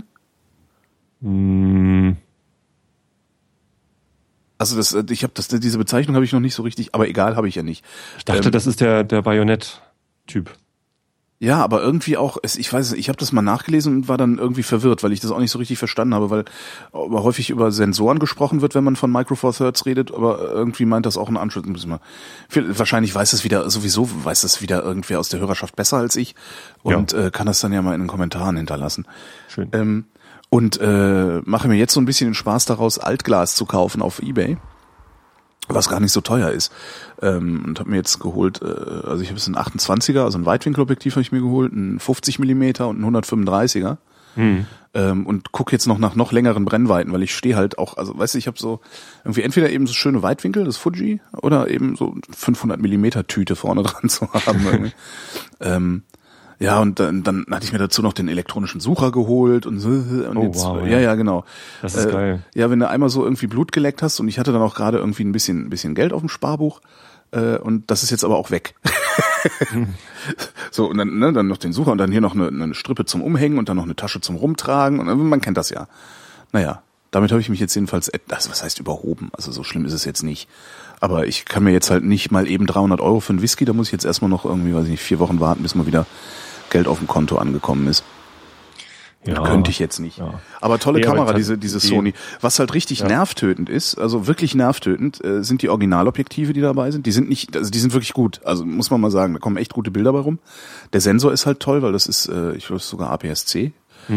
Also diese Bezeichnung habe ich noch nicht so richtig, aber egal, habe ich ja nicht. Ich dachte, das ist der Bajonett-Typ. Ja, aber irgendwie auch, ich weiß nicht, ich habe das mal nachgelesen und war dann irgendwie verwirrt, weil ich das auch nicht so richtig verstanden habe, weil häufig über Sensoren gesprochen wird, wenn man von Micro Four Thirds redet, aber irgendwie meint das auch ein Anschluss. Wahrscheinlich weiß das wieder irgendwer aus der Hörerschaft besser als ich und kann das dann ja mal in den Kommentaren hinterlassen. Schön. Und mache mir jetzt so ein bisschen den Spaß daraus, Altglas zu kaufen auf eBay, was gar nicht so teuer ist. Und habe mir jetzt geholt, also ich habe jetzt einen 28er, also ein Weitwinkelobjektiv habe ich mir geholt, einen 50 Millimeter und einen 135er. Und gucke jetzt noch längeren Brennweiten, weil ich stehe halt auch, also weißt du, ich habe so irgendwie entweder eben so schöne Weitwinkel, das Fuji, oder eben so 500 Millimeter Tüte vorne dran zu haben. Ja, und dann hatte ich mir dazu noch den elektronischen Sucher geholt und wow, ja, genau. Das ist geil. Ja, wenn du einmal so irgendwie Blut geleckt hast und ich hatte dann auch gerade irgendwie ein bisschen Geld auf dem Sparbuch und das ist jetzt aber auch weg. So, und dann noch den Sucher und dann hier noch eine Strippe zum Umhängen und dann noch eine Tasche zum Rumtragen und man kennt das ja. Naja, damit habe ich mich jetzt jedenfalls, was heißt überhoben? Also so schlimm ist es jetzt nicht. Aber ich kann mir jetzt halt nicht mal eben 300 Euro für einen Whisky, da muss ich jetzt erstmal noch irgendwie, weiß ich nicht, 4 Wochen warten, bis mal wieder Geld auf dem Konto angekommen ist. Ja, könnte ich jetzt nicht. Ja. Aber tolle Kamera, diese Sony. Was halt richtig nervtötend ist, also wirklich nervtötend, sind die Originalobjektive, die dabei sind. Die sind wirklich gut. Also muss man mal sagen, da kommen echt gute Bilder bei rum. Der Sensor ist halt toll, weil das ist, ich glaube, sogar APS-C.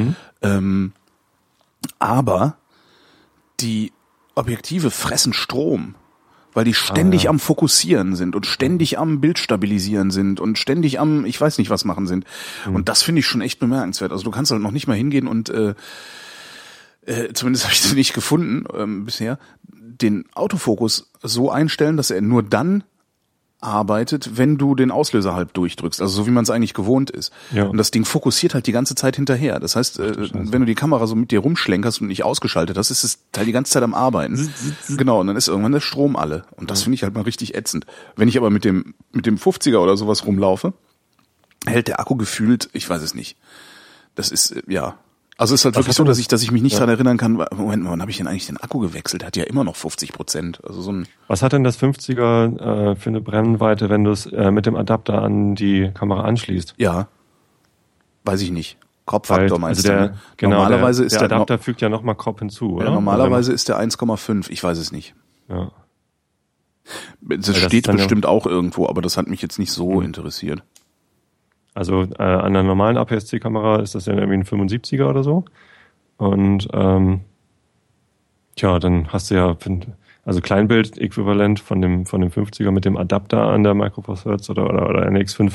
Aber die Objektive fressen Strom, weil die ständig am Fokussieren sind und ständig am Bildstabilisieren sind und ständig am, ich weiß nicht was machen sind. Und das finde ich schon echt bemerkenswert. Also du kannst halt noch nicht mal hingehen und, zumindest habe ich das nicht gefunden bisher, den Autofokus so einstellen, dass er nur dann arbeitet, wenn du den Auslöser halb durchdrückst, also so wie man es eigentlich gewohnt ist. Ja. Und das Ding fokussiert halt die ganze Zeit hinterher. Das heißt, wenn du die Kamera so mit dir rumschlenkerst und nicht ausgeschaltet hast, ist es halt die ganze Zeit am Arbeiten. Genau, und dann ist irgendwann der Strom alle. Und das finde ich halt mal richtig ätzend. Wenn ich aber mit dem 50er oder sowas rumlaufe, hält der Akku gefühlt, ich weiß es nicht. Das ist, also es ist halt wirklich so, dass ich mich nicht dran erinnern kann, Moment, wann habe ich denn eigentlich den Akku gewechselt? Der hat ja immer noch 50%. Also so ein. Was hat denn das 50er für eine Brennweite, wenn du es mit dem Adapter an die Kamera anschließt? Ja, weiß ich nicht. Crop-Faktor meinst du? Also normalerweise ist der Adapter fügt ja nochmal Crop hinzu, oder? Ja, normalerweise ist der 1,5. Ich weiß es nicht. Ja. Das steht bestimmt auch irgendwo, aber das hat mich jetzt nicht so interessiert. Also an einer normalen APS-C-Kamera ist das ja irgendwie ein 75er oder so. Und dann hast du ja also Kleinbild-Äquivalent von dem 50er mit dem Adapter an der Micro Four Thirds oder NX5.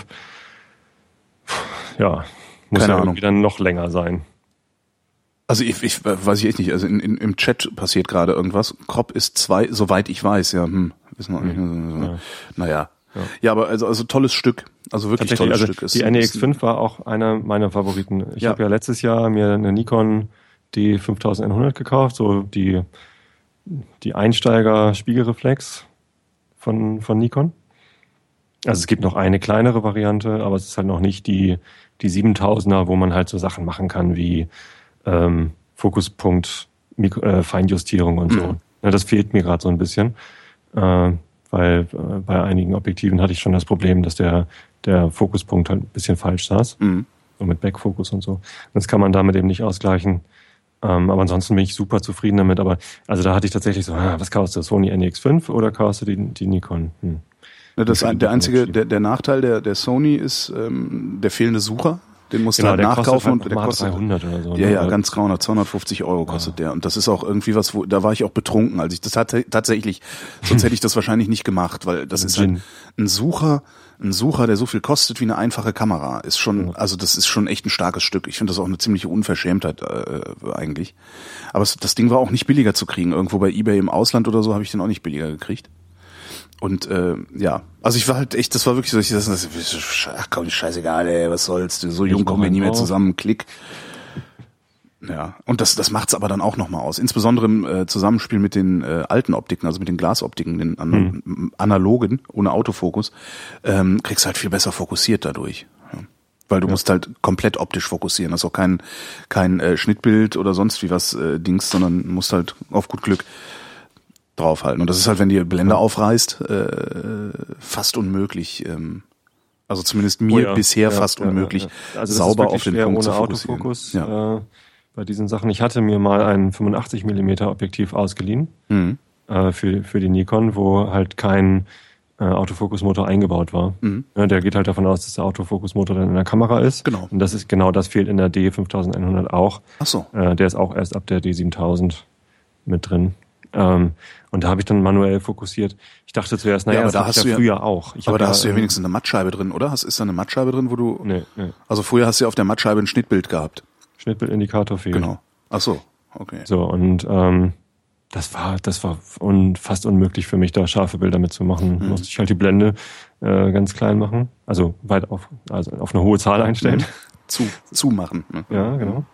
Ja, muss ja irgendwie dann noch länger sein. Also ich weiß ich echt nicht. Also im Chat passiert gerade irgendwas. Crop ist 2, soweit ich weiß, ja. Wissen wir auch nicht. Naja. Ja, aber also tolles Stück. Also wirklich tolles Stück. Die NEX5 war auch einer meiner Favoriten. Ich habe ja letztes Jahr mir eine Nikon D5100 gekauft, so die Einsteiger-Spiegelreflex von Nikon. Also es gibt noch eine kleinere Variante, aber es ist halt noch nicht die 7000er, wo man halt so Sachen machen kann wie Fokuspunkt, Feinjustierung und so. Ja, das fehlt mir gerade so ein bisschen, weil bei einigen Objektiven hatte ich schon das Problem, dass der Fokuspunkt halt ein bisschen falsch saß. So mit Backfokus und so. Das kann man damit eben nicht ausgleichen. Aber ansonsten bin ich super zufrieden damit. Aber also da hatte ich tatsächlich so, was kaufst du, Sony NEX5 oder kaufst du die Nikon? Der Nachteil der Sony ist der fehlende Sucher. Den musst du halt nachkaufen und der kostet 300 oder so. Ja, ganz grauenhaft, 250 € kostet der. Und das ist auch irgendwie was, da war ich auch betrunken, als ich das tatsächlich, sonst hätte ich das wahrscheinlich nicht gemacht, weil das ist halt ein Sucher, der so viel kostet wie eine einfache Kamera, ist schon, also das ist schon echt ein starkes Stück. Ich finde das auch eine ziemliche Unverschämtheit eigentlich. Aber das Ding war auch nicht billiger zu kriegen. Irgendwo bei eBay im Ausland oder so habe ich den auch nicht billiger gekriegt. Und also ich war halt echt, das war wirklich so, ach komm, scheißegal, ey, was soll's, so jung kommen wir nie mehr zusammen, Klick. Ja, und das macht's aber dann auch nochmal aus. Insbesondere im Zusammenspiel mit den alten Optiken, also mit den Glasoptiken, den analogen, ohne Autofokus, kriegst halt viel besser fokussiert dadurch. Ja. Weil du musst halt komplett optisch fokussieren. Das ist auch kein Schnittbild oder sonst wie was Dings, sondern musst halt auf gut Glück draufhalten. Und das ist halt, wenn die Blende aufreißt, fast unmöglich. Also zumindest mir bisher fast unmöglich, also sauber auf den Punkt zu fokussieren. Autofokus, bei diesen Sachen. Ich hatte mir mal ein 85mm Objektiv ausgeliehen für die Nikon, wo halt kein Autofokusmotor eingebaut war. Ja, der geht halt davon aus, dass der Autofokusmotor dann in der Kamera ist. Genau. Und das fehlt in der D5100 auch. Ach so. Der ist auch erst ab der D7000 mit drin. Und da habe ich dann manuell fokussiert. Ich dachte zuerst, aber da hast du ja früher auch. Aber da hast du ja wenigstens eine Mattscheibe drin, oder? Ist da eine Mattscheibe drin, wo du... Nee. Also früher hast du ja auf der Mattscheibe ein Schnittbild gehabt. Schnittbildindikator fehlt. Genau. Ach so, okay. So, und das war fast unmöglich für mich, da scharfe Bilder mitzumachen. Musste ich halt die Blende ganz klein machen, also auf eine hohe Zahl einstellen. Zumachen. Ne? Ja, genau.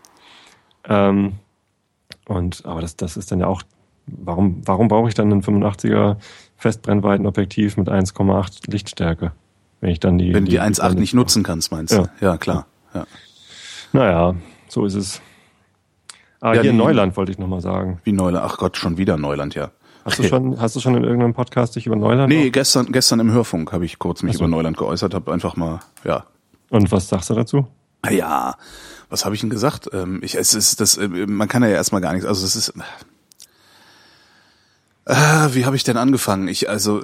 Aber das ist dann ja auch, warum brauche ich dann ein 85er Festbrennweitenobjektiv mit 1,8 Lichtstärke? Wenn du die 1,8 nicht nutzen kannst, meinst du? Ja, klar. Ja. Naja, so ist es. Hier in Neuland wollte ich nochmal sagen. Wie Neuland? Ach Gott, schon wieder Neuland, ja. Hast du schon in irgendeinem Podcast dich über Neuland? Nee, gestern im Hörfunk habe ich kurz mich über Neuland geäußert, habe einfach mal, ja. Und was sagst du dazu? Ja, was habe ich denn gesagt? Man kann ja erstmal gar nichts, also es ist... wie habe ich denn angefangen? Die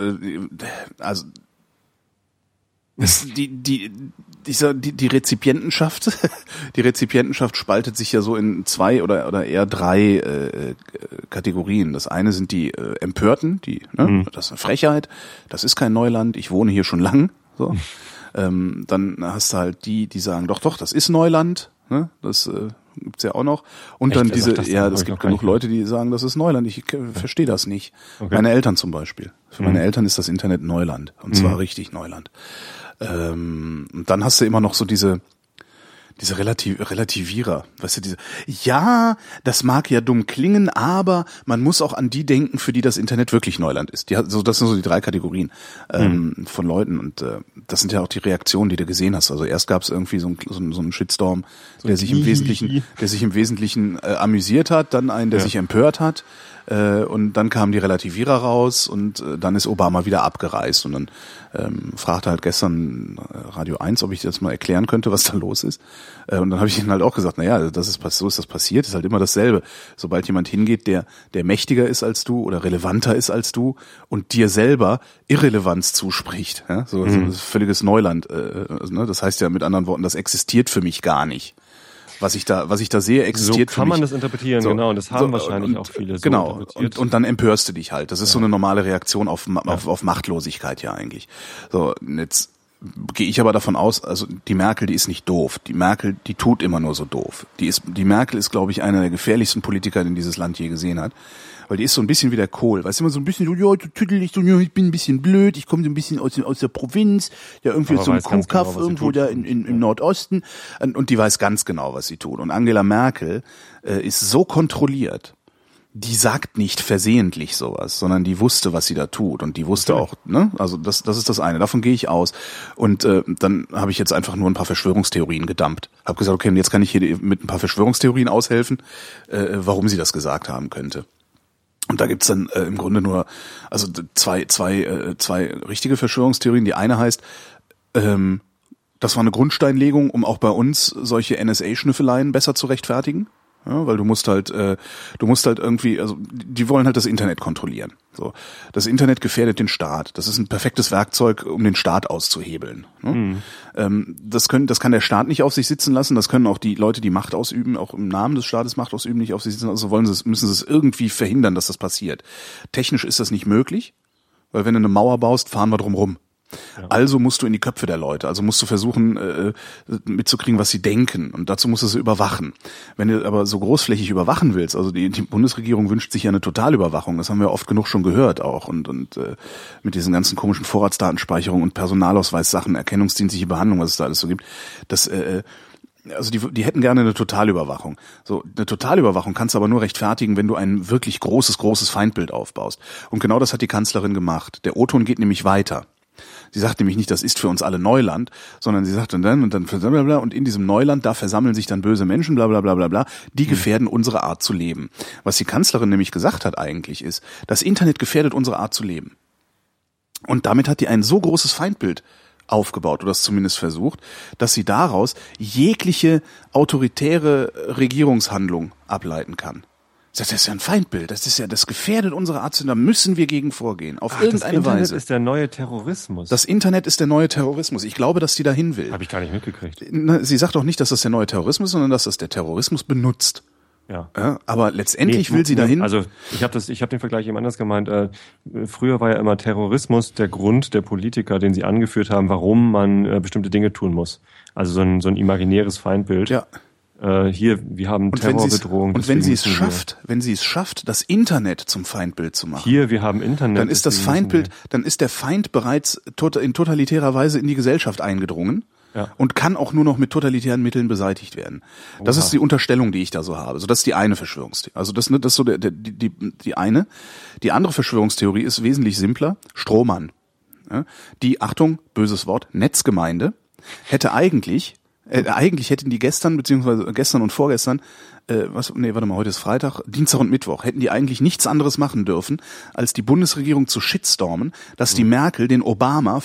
Rezipientenschaft spaltet sich ja so in 2 oder eher 3 Kategorien. Das eine sind die Empörten, das ist eine Frechheit, das ist kein Neuland, ich wohne hier schon lang, so. Dann hast du halt die sagen, doch, das ist Neuland, ne? Das gibt's ja auch noch. Und echt, dann es gibt genug Leute, die sagen, das ist Neuland. Ich verstehe das nicht. Okay. Meine Eltern zum Beispiel. Für meine Eltern ist das Internet Neuland. Und zwar richtig Neuland. Und dann hast du immer noch so diese Relativierer, weißt du, das mag ja dumm klingen, aber man muss auch an die denken, für die das Internet wirklich Neuland ist. Das sind so die 3 Kategorien von Leuten und das sind ja auch die Reaktionen, die du gesehen hast. Also erst gab es irgendwie so einen Shitstorm, der sich im Wesentlichen amüsiert hat, dann einen, der sich empört hat. Und dann kamen die Relativierer raus und dann ist Obama wieder abgereist und dann fragte halt gestern Radio 1, ob ich das mal erklären könnte, was da los ist. Und dann habe ich ihnen halt auch gesagt, so ist das passiert, ist halt immer dasselbe. Sobald jemand hingeht, der mächtiger ist als du oder relevanter ist als du und dir selber Irrelevanz zuspricht, ja? So das völliges Neuland. Das heißt ja mit anderen Worten, das existiert für mich gar nicht. Was ich da sehe, existiert für mich. So kann man das interpretieren, genau. Und das haben wahrscheinlich auch viele so interpretiert. Und dann empörst du dich halt. Das ist so eine normale Reaktion auf Machtlosigkeit ja eigentlich. So, jetzt gehe ich aber davon aus, also die Merkel, die ist nicht doof. Die Merkel, die tut immer nur so doof. Die Merkel ist, glaube ich, einer der gefährlichsten Politiker, den dieses Land je gesehen hat. Weil die ist so ein bisschen wie der Kohl. Weißt du, immer so ein bisschen so, ja, tüdelig, so, ja, ich bin ein bisschen blöd, ich komme so ein bisschen aus der Provinz, ja, irgendwie so ein Kuhkaff genau, irgendwo da im Nordosten. Und die weiß ganz genau, was sie tut. Und Angela Merkel ist so kontrolliert. Die sagt nicht versehentlich sowas, sondern die wusste, was sie da tut. Und die wusste auch, ne? Also das ist das eine. Davon gehe ich aus. Und dann habe ich jetzt einfach nur ein paar Verschwörungstheorien gedumpt. Hab gesagt, okay, jetzt kann ich hier mit ein paar Verschwörungstheorien aushelfen, warum sie das gesagt haben könnte. Und da gibt's dann im Grunde nur also zwei richtige Verschwörungstheorien. Die eine heißt, das war eine Grundsteinlegung, um auch bei uns solche NSA-Schnüffeleien besser zu rechtfertigen. Ja, weil du musst halt irgendwie, also die wollen halt das Internet kontrollieren. So, das Internet gefährdet den Staat. Das ist ein perfektes Werkzeug, um den Staat auszuhebeln. Ne? Das kann der Staat nicht auf sich sitzen lassen. Das können auch die Leute, die Macht ausüben, auch im Namen des Staates Macht ausüben, nicht auf sich sitzen lassen. Also müssen sie es irgendwie verhindern, dass das passiert. Technisch ist das nicht möglich, weil wenn du eine Mauer baust, fahren wir drum rum. Ja. Also musst du in die Köpfe der Leute, also musst du versuchen mitzukriegen, was sie denken, und dazu musst du sie überwachen. Wenn du aber so großflächig überwachen willst, also die Bundesregierung wünscht sich ja eine Totalüberwachung, das haben wir oft genug schon gehört auch, und mit diesen ganzen komischen Vorratsdatenspeicherungen und Personalausweissachen, erkennungsdienstliche Behandlung, was es da alles so gibt, das also die hätten gerne eine Totalüberwachung. So, eine Totalüberwachung kannst du aber nur rechtfertigen, wenn du ein wirklich großes Feindbild aufbaust. Und genau das hat die Kanzlerin gemacht. Der O-Ton geht nämlich weiter. Sie sagt nämlich nicht, das ist für uns alle Neuland, sondern sie sagt dann und in diesem Neuland, da versammeln sich dann böse Menschen, bla bla bla bla bla, die gefährden unsere Art zu leben. Was die Kanzlerin nämlich gesagt hat eigentlich ist, das Internet gefährdet unsere Art zu leben. Und damit hat die ein so großes Feindbild aufgebaut, oder es zumindest versucht, dass sie daraus jegliche autoritäre Regierungshandlung ableiten kann. Das ist ja ein Feindbild, das gefährdet unsere Art, da müssen wir gegen vorgehen, auf irgendeine Weise. Das Internet ist der neue Terrorismus. Das Internet ist der neue Terrorismus. Ich glaube, dass die dahin will. Habe ich gar nicht mitgekriegt. Sie sagt auch nicht, dass das der neue Terrorismus ist, sondern dass das der Terrorismus benutzt. Ja. Aber letztendlich will sie dahin. Also ich habe den Vergleich eben anders gemeint. Früher war ja immer Terrorismus der Grund der Politiker, den sie angeführt haben, warum man bestimmte Dinge tun muss. Also so ein imaginäres Feindbild. Ja. Hier, wir haben Terrorbedrohung. Und wenn sie es schafft, das Internet zum Feindbild zu machen. Hier, wir haben Internet. Dann ist das Feindbild, dann ist der Feind bereits in totalitärer Weise in die Gesellschaft eingedrungen. Ja. Und kann auch nur noch mit totalitären Mitteln beseitigt werden. Das ist die Unterstellung, die ich da so habe. So, das ist die eine Verschwörungstheorie. Also das ist so die eine. Die andere Verschwörungstheorie ist wesentlich simpler. Strohmann. Ja, die, Achtung, böses Wort, Netzgemeinde hätte eigentlich hätten die gestern und vorgestern, heute ist Freitag, Dienstag und Mittwoch, hätten die eigentlich nichts anderes machen dürfen, als die Bundesregierung zu shitstormen, dass die Merkel den Obama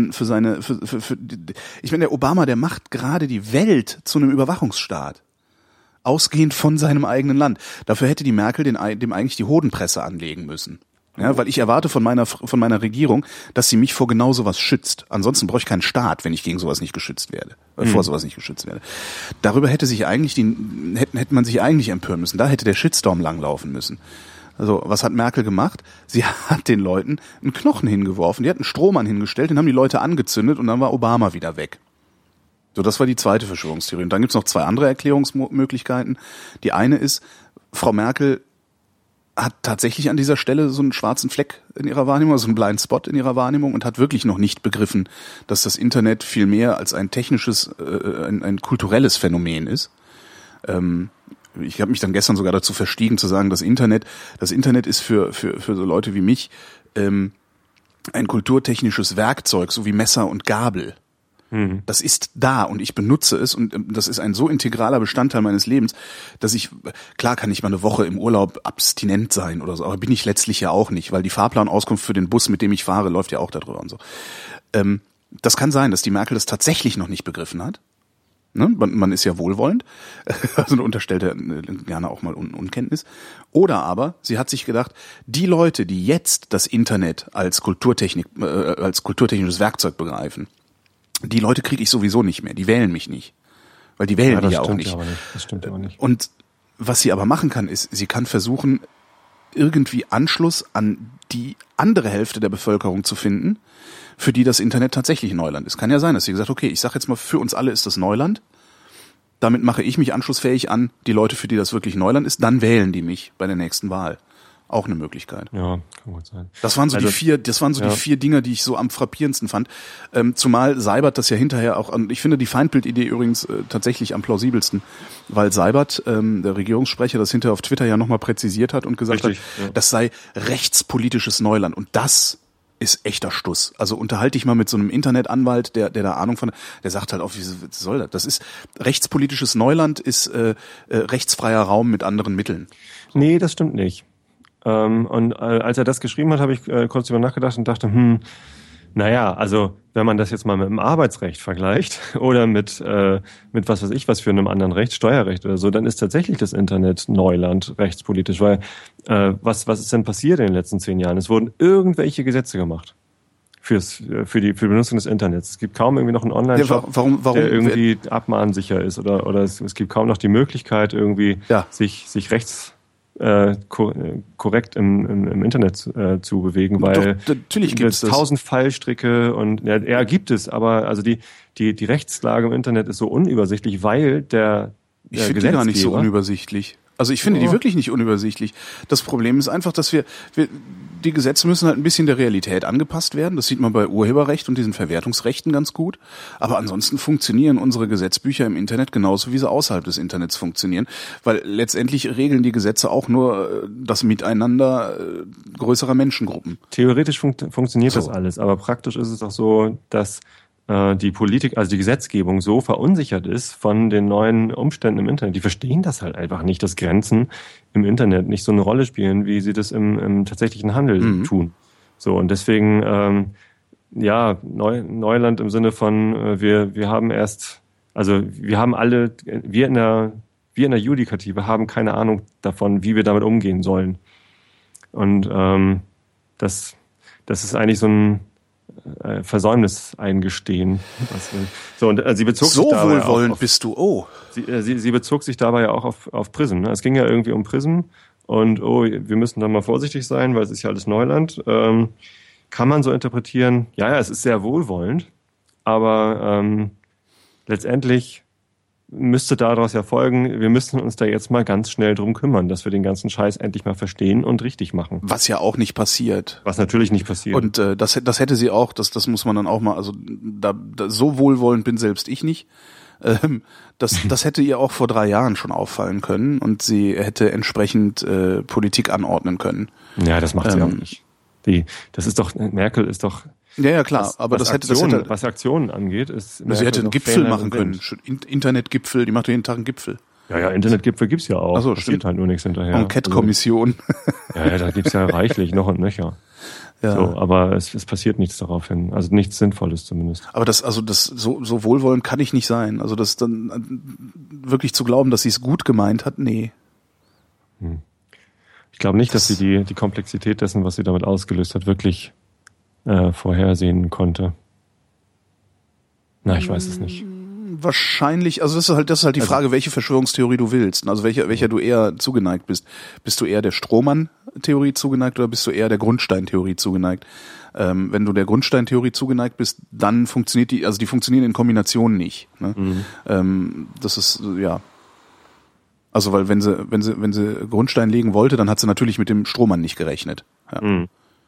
ich meine, der Obama, der macht gerade die Welt zu einem Überwachungsstaat. Ausgehend von seinem eigenen Land. Dafür hätte die Merkel dem eigentlich die Hodenpresse anlegen müssen. Ja, weil ich erwarte von meiner Regierung, dass sie mich vor genau sowas schützt. Ansonsten bräuchte ich keinen Staat, wenn ich gegen sowas nicht geschützt werde, vor sowas nicht geschützt werde. Darüber hätte man sich eigentlich empören müssen. Da hätte der Shitstorm langlaufen müssen. Also, was hat Merkel gemacht? Sie hat den Leuten einen Knochen hingeworfen, die hat einen Strohmann hingestellt, den haben die Leute angezündet und dann war Obama wieder weg. So, das war die zweite Verschwörungstheorie. Und dann gibt's noch zwei andere Erklärungsmöglichkeiten. Die eine ist, Frau Merkel hat tatsächlich an dieser Stelle so einen schwarzen Fleck in ihrer Wahrnehmung, also einen Blind Spot in ihrer Wahrnehmung, und hat wirklich noch nicht begriffen, dass das Internet viel mehr als ein technisches, ein kulturelles Phänomen ist. Ich habe mich dann gestern sogar dazu verstiegen zu sagen, das Internet ist für so Leute wie mich ein kulturtechnisches Werkzeug, so wie Messer und Gabel. Das ist da und ich benutze es, und das ist ein so integraler Bestandteil meines Lebens, dass klar kann ich mal eine Woche im Urlaub abstinent sein oder so, aber bin ich letztlich ja auch nicht, weil die Fahrplanauskunft für den Bus, mit dem ich fahre, läuft ja auch darüber und so. Das kann sein, dass die Merkel das tatsächlich noch nicht begriffen hat. Ne? Man ist ja wohlwollend, also unterstellt er gerne auch mal Unkenntnis. Oder aber sie hat sich gedacht, die Leute, die jetzt das Internet als kulturtechnisches Werkzeug begreifen, die Leute kriege ich sowieso nicht mehr, die wählen mich nicht. Weil die wählen mich ja auch nicht. Das stimmt aber nicht. Und was sie aber machen kann, ist, sie kann versuchen, irgendwie Anschluss an die andere Hälfte der Bevölkerung zu finden, für die das Internet tatsächlich Neuland ist. Kann ja sein, dass sie gesagt, okay, ich sage jetzt mal, für uns alle ist das Neuland. Damit mache ich mich anschlussfähig an die Leute, für die das wirklich Neuland ist. Dann wählen die mich bei der nächsten Wahl. Auch eine Möglichkeit. Ja, kann gut sein. Das waren so die vier Dinger, die ich so am frappierendsten fand. Zumal Seibert das ja hinterher auch, ich finde die Feindbildidee übrigens tatsächlich am plausibelsten, weil Seibert, der Regierungssprecher, das hinterher auf Twitter ja nochmal präzisiert hat und gesagt hat, das sei rechtspolitisches Neuland. Und das ist echter Stuss. Also unterhalte dich mal mit so einem Internetanwalt, der da Ahnung von, der sagt halt auch, wie soll das? Das ist rechtspolitisches Neuland, ist rechtsfreier Raum mit anderen Mitteln. Nee, das stimmt nicht. Und als er das geschrieben hat, habe ich kurz drüber nachgedacht und dachte, naja, also wenn man das jetzt mal mit dem Arbeitsrecht vergleicht oder mit was weiß ich, was für einem anderen Recht, Steuerrecht oder so, dann ist tatsächlich das Internet Neuland rechtspolitisch, weil was ist denn passiert in den letzten 10 Jahren? Es wurden irgendwelche Gesetze gemacht für die Benutzung des Internets. Es gibt kaum irgendwie noch einen Online-Shop, der irgendwie abmahnsicher ist oder es gibt kaum noch die Möglichkeit irgendwie sich rechts korrekt im Internet zu bewegen, weil doch, natürlich gibt es 1000 Fallstricke und gibt es, aber also die Rechtslage im Internet ist so unübersichtlich, weil der Ich finde die gar nicht so unübersichtlich. Also ich finde die wirklich nicht unübersichtlich. Das Problem ist einfach, dass wir die Gesetze müssen halt ein bisschen der Realität angepasst werden. Das sieht man bei Urheberrecht und diesen Verwertungsrechten ganz gut. Aber ansonsten funktionieren unsere Gesetzbücher im Internet genauso, wie sie außerhalb des Internets funktionieren. Weil letztendlich regeln die Gesetze auch nur das Miteinander größerer Menschengruppen. Theoretisch funktioniert das alles, aber praktisch ist es auch so, dass die Politik, also die Gesetzgebung so verunsichert ist von den neuen Umständen im Internet. Die verstehen das halt einfach nicht, dass Grenzen im Internet nicht so eine Rolle spielen, wie sie das im tatsächlichen Handel tun. So, und deswegen, Neuland im Sinne von, wir haben wir in der Judikative haben keine Ahnung davon, wie wir damit umgehen sollen. Und das ist eigentlich so ein Versäumnis eingestehen. So, und sie bezog sich dabei wohlwollend auf, bist du, Sie bezog sich dabei ja auch auf PRISM. Ne? Es ging ja irgendwie um PRISM und wir müssen da mal vorsichtig sein, weil es ist ja alles Neuland. Kann man so interpretieren, ja, es ist sehr wohlwollend, aber letztendlich müsste daraus ja folgen, wir müssen uns da jetzt mal ganz schnell drum kümmern, dass wir den ganzen Scheiß endlich mal verstehen und richtig machen. Was ja auch nicht passiert. Was natürlich nicht passiert. Und das hätte sie auch, das muss man dann auch mal, also da so wohlwollend bin selbst ich nicht. Das hätte ihr auch vor 3 Jahren schon auffallen können und sie hätte entsprechend Politik anordnen können. Ja, das macht sie auch nicht. Merkel ist doch... Ja, klar, aber was Aktionen angeht, ist... Sie hätte einen Gipfel machen können, Internetgipfel, die macht jeden Tag einen Gipfel. Ja, Internetgipfel gibt's ja auch. Ach so, passiert stimmt. halt nur nichts hinterher. Enquete-Kommission. Ja, da gibt's ja reichlich, noch und nöcher. Ja. So, aber es passiert nichts daraufhin. Also nichts Sinnvolles zumindest. Aber das so wohlwollend kann ich nicht sein. Also das dann wirklich zu glauben, dass sie es gut gemeint hat, nee. Ich glaube nicht, dass sie die Komplexität dessen, was sie damit ausgelöst hat, wirklich vorhersehen konnte. Ich weiß es nicht. Wahrscheinlich, also das ist halt die Frage, welche Verschwörungstheorie du willst. Also welcher du eher zugeneigt bist. Bist du eher der Strohmann-Theorie zugeneigt oder bist du eher der Grundstein-Theorie zugeneigt? Wenn du der Grundstein-Theorie zugeneigt bist, dann funktioniert die funktionieren in Kombination nicht. Ne? Das ist, ja. Also weil wenn sie Grundstein legen wollte, dann hat sie natürlich mit dem Strohmann nicht gerechnet. Ja.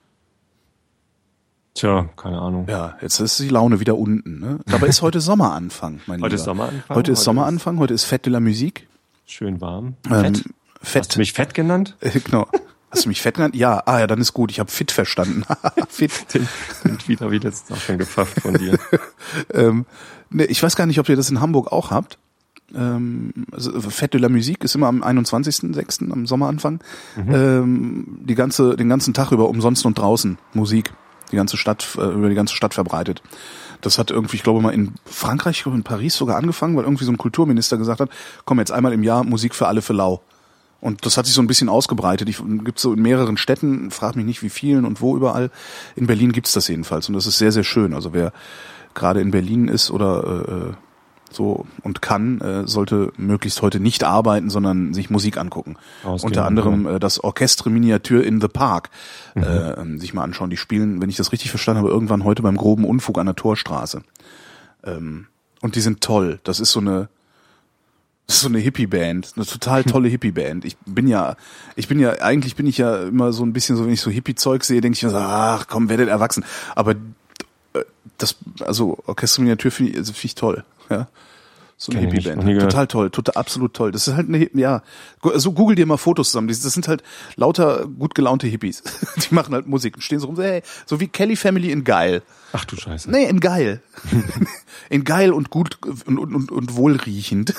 Tja, keine Ahnung. Ja, jetzt ist die Laune wieder unten. Ne? Dabei ist heute Sommeranfang, mein Lieber. Heute ist Sommeranfang? Heute ist Sommeranfang, heute ist Fête de la Musique. Schön warm. Fett. Hast du mich fett genannt? Genau. Hast du mich fett genannt? Ja, dann ist gut. Ich habe fit verstanden. Fit. Den Tweet habe ich letztens auch schon gepfafft von dir. Ich weiß gar nicht, ob ihr das in Hamburg auch habt. Also Fête de la Musique ist immer am 21.06. am Sommeranfang. Den ganzen Tag über umsonst und draußen Musik. Über die ganze Stadt verbreitet. Das hat irgendwie, ich glaube mal in Frankreich, ich glaube in Paris sogar angefangen, weil irgendwie so ein Kulturminister gesagt hat, komm jetzt einmal im Jahr Musik für alle für lau. Und das hat sich so ein bisschen ausgebreitet. Gibt's so in mehreren Städten, frag mich nicht wie vielen und wo überall. In Berlin gibt's das jedenfalls und das ist sehr, sehr schön. Also wer gerade in Berlin ist oder so und sollte möglichst heute nicht arbeiten, sondern sich Musik angucken. Unter anderem das Orchestre Miniature in the Park sich mal anschauen. Die spielen, wenn ich das richtig verstanden habe, irgendwann heute beim groben Unfug an der Torstraße. Und die sind toll. Das ist so eine Hippie-Band, eine total tolle Hippie-Band. Eigentlich bin ich ja immer so ein bisschen so, wenn ich so Hippie-Zeug sehe, denke ich mir so, ach komm, werdet erwachsen. Aber Orchestre Miniature finde ich toll, ja. So eine Hippie-Band. Total toll, absolut toll. Das ist halt so google dir mal Fotos zusammen. Das sind halt lauter gut gelaunte Hippies. Die machen halt Musik und stehen so rum, hey, so wie Kelly Family in geil. Ach du Scheiße. Nee, in geil. In geil und gut und wohlriechend.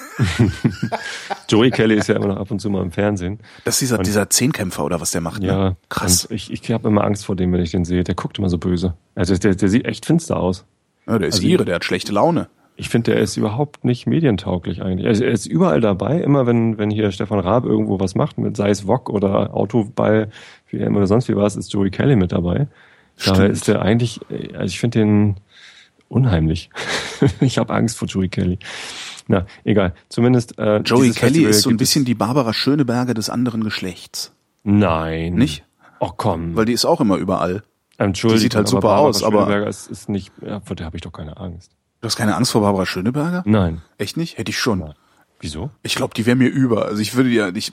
Joey Kelly ist ja immer noch ab und zu mal im Fernsehen. Das ist dieser Zehnkämpfer oder was der macht, ne? Ja, krass. Ich habe immer Angst vor dem, wenn ich den sehe. Der guckt immer so böse. Also der sieht echt finster aus. Ja, der ist der hat schlechte Laune. Ich finde, der ist überhaupt nicht medientauglich eigentlich. Also er ist überall dabei, immer wenn hier Stefan Raab irgendwo was macht, sei es Wok oder Autoball, WM oder sonst wie was, ist Joey Kelly mit dabei. Daher ist der eigentlich, also ich finde den unheimlich. Ich habe Angst vor Joey Kelly. Na, egal. Zumindest Joey Kelly ist so ein bisschen die Barbara Schöneberger des anderen Geschlechts. Nein. Nicht? Oh komm. Weil die ist auch immer überall. Entschuldigung, die sieht halt super Barbara aus, aber Schöneberger ist nicht, ja, vor der habe ich doch keine Angst. Du hast keine Angst vor Barbara Schöneberger? Nein. Echt nicht? Hätte ich schon. Nein. Wieso? Ich glaube, die wäre mir über. Also ich würde ja nicht,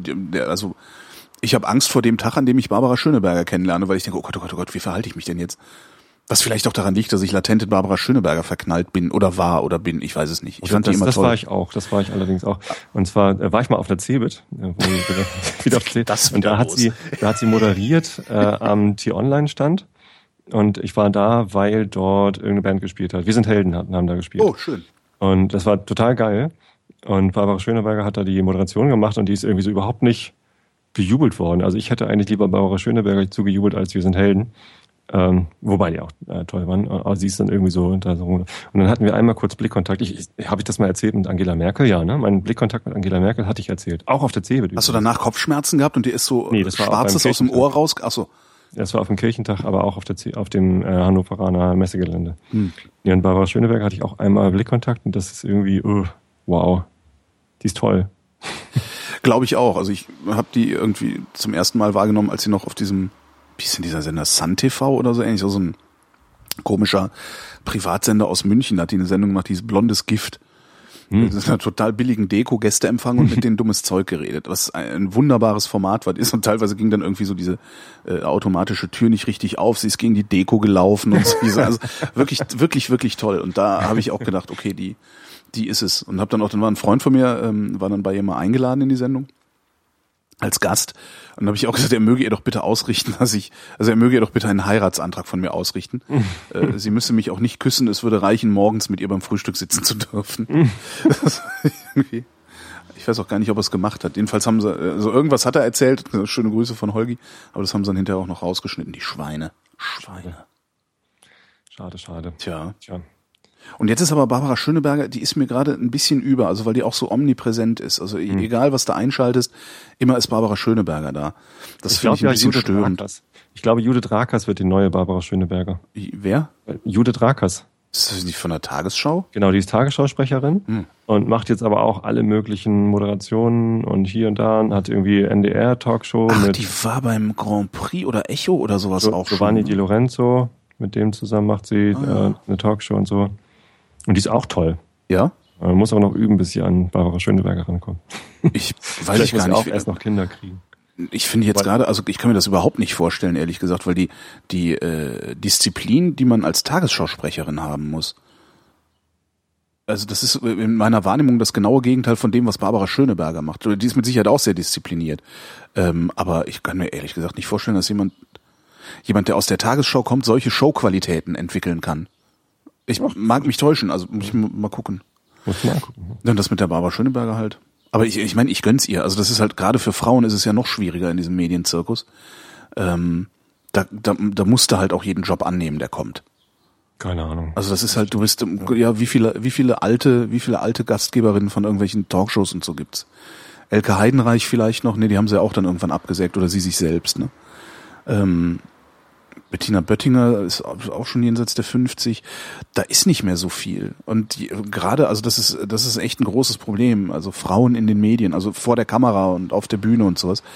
ich habe Angst vor dem Tag, an dem ich Barbara Schöneberger kennenlerne, weil ich denke, oh Gott, wie verhalte ich mich denn jetzt? Was vielleicht auch daran liegt, dass ich latent in Barbara Schöneberger verknallt bin oder war oder bin, ich weiß es nicht. Ich fand die immer toll. Das war ich allerdings auch. Und zwar war ich mal auf der CeBIT, wieder auf CeBIT. Und da hat sie moderiert am T-Online-Stand. Und ich war da, weil dort irgendeine Band gespielt hat. Wir sind Helden haben da gespielt. Oh, schön. Und das war total geil. Und Barbara Schöneberger hat da die Moderation gemacht und die ist irgendwie so überhaupt nicht bejubelt worden. Also ich hätte eigentlich lieber Barbara Schöneberger zugejubelt, als Wir sind Helden. Wobei die auch toll waren. Aber sie ist dann irgendwie so. Und dann hatten wir einmal kurz Blickkontakt. Habe ich das mal erzählt mit Angela Merkel? Ja, ne? Meinen Blickkontakt mit Angela Merkel hatte ich erzählt. Auch auf der CeBIT. Hast du danach Kopfschmerzen gehabt und dir ist so das Schwarzes aus dem Ohr raus? Achso. Das war auf dem Kirchentag, aber auch auf dem Hannoveraner Messegelände. Ja, und Barbara Schöneberger hatte ich auch einmal Blickkontakt und das ist irgendwie, wow, die ist toll. Glaube ich auch. Also ich habe die irgendwie zum ersten Mal wahrgenommen, als sie noch auf diesem, wie ist denn dieser Sender, Sun TV oder so ähnlich, so ein komischer Privatsender aus München, da hat die eine Sendung gemacht, die hieß Blondes Gift. Das ist ein total billigen Deko-Gästeempfang und mit denen dummes Zeug geredet, was ein wunderbares Format war. Und teilweise ging dann irgendwie so diese automatische Tür nicht richtig auf, sie ist gegen die Deko gelaufen und so. Also wirklich, wirklich, wirklich toll. Und da habe ich auch gedacht, okay, die ist es. Und dann war ein Freund von mir, war dann bei ihr mal eingeladen in die Sendung als Gast. Und dann habe ich auch gesagt, er möge ihr doch bitte ausrichten, er möge ihr doch bitte einen Heiratsantrag von mir ausrichten. Sie müsse mich auch nicht küssen, es würde reichen, morgens mit ihr beim Frühstück sitzen zu dürfen. Ich weiß auch gar nicht, ob er es gemacht hat. Jedenfalls haben sie, also irgendwas hat er erzählt, schöne Grüße von Holgi, aber das haben sie dann hinterher auch noch rausgeschnitten, die Schweine. Schade. Tja. Und jetzt ist aber Barbara Schöneberger, die ist mir gerade ein bisschen über, also weil die auch so omnipräsent ist. Also egal, was du einschaltest, immer ist Barbara Schöneberger da. Das finde ich ein bisschen störend. Ich glaube, Judith Rakers wird die neue Barbara Schöneberger. Wer? Judith Rakers. Ist das nicht von der Tagesschau? Genau, die ist Tagesschausprecherin und macht jetzt aber auch alle möglichen Moderationen und hier und da und hat irgendwie NDR-Talkshow. Ach, die war beim Grand Prix oder Echo oder sowas auch schon. Giovanni Di Lorenzo, mit dem zusammen macht sie eine Talkshow und so. Und die ist auch toll. Ja? Man muss aber noch üben, bis sie an Barbara Schöneberger rankommt. Ich weiß ich gar nicht. Auch erst noch Kinder kriegen. Ich finde jetzt gerade, also ich kann mir das überhaupt nicht vorstellen, ehrlich gesagt, weil die Disziplin, die man als Tagesschausprecherin haben muss, also das ist in meiner Wahrnehmung das genaue Gegenteil von dem, was Barbara Schöneberger macht. Die ist mit Sicherheit auch sehr diszipliniert. Aber ich kann mir ehrlich gesagt nicht vorstellen, dass jemand, der aus der Tagesschau kommt, solche Showqualitäten entwickeln kann. Ich mag mich täuschen, also muss ich mal gucken. Muss mal gucken. Dann das mit der Barbara Schöneberger halt. Aber ich meine, ich gönn's ihr. Also das ist halt, gerade für Frauen ist es ja noch schwieriger in diesem Medienzirkus. Da musst du halt auch jeden Job annehmen, der kommt. Keine Ahnung. Also das ist halt, du bist, ja, wie viele alte Gastgeberinnen von irgendwelchen Talkshows und so gibt's? Elke Heidenreich vielleicht noch? Nee, die haben sie ja auch dann irgendwann abgesägt oder sie sich selbst, ne? Bettina Böttinger ist auch schon jenseits der 50. Da ist nicht mehr so viel. Und gerade, also das ist echt ein großes Problem. Also Frauen in den Medien, also vor der Kamera und auf der Bühne und sowas,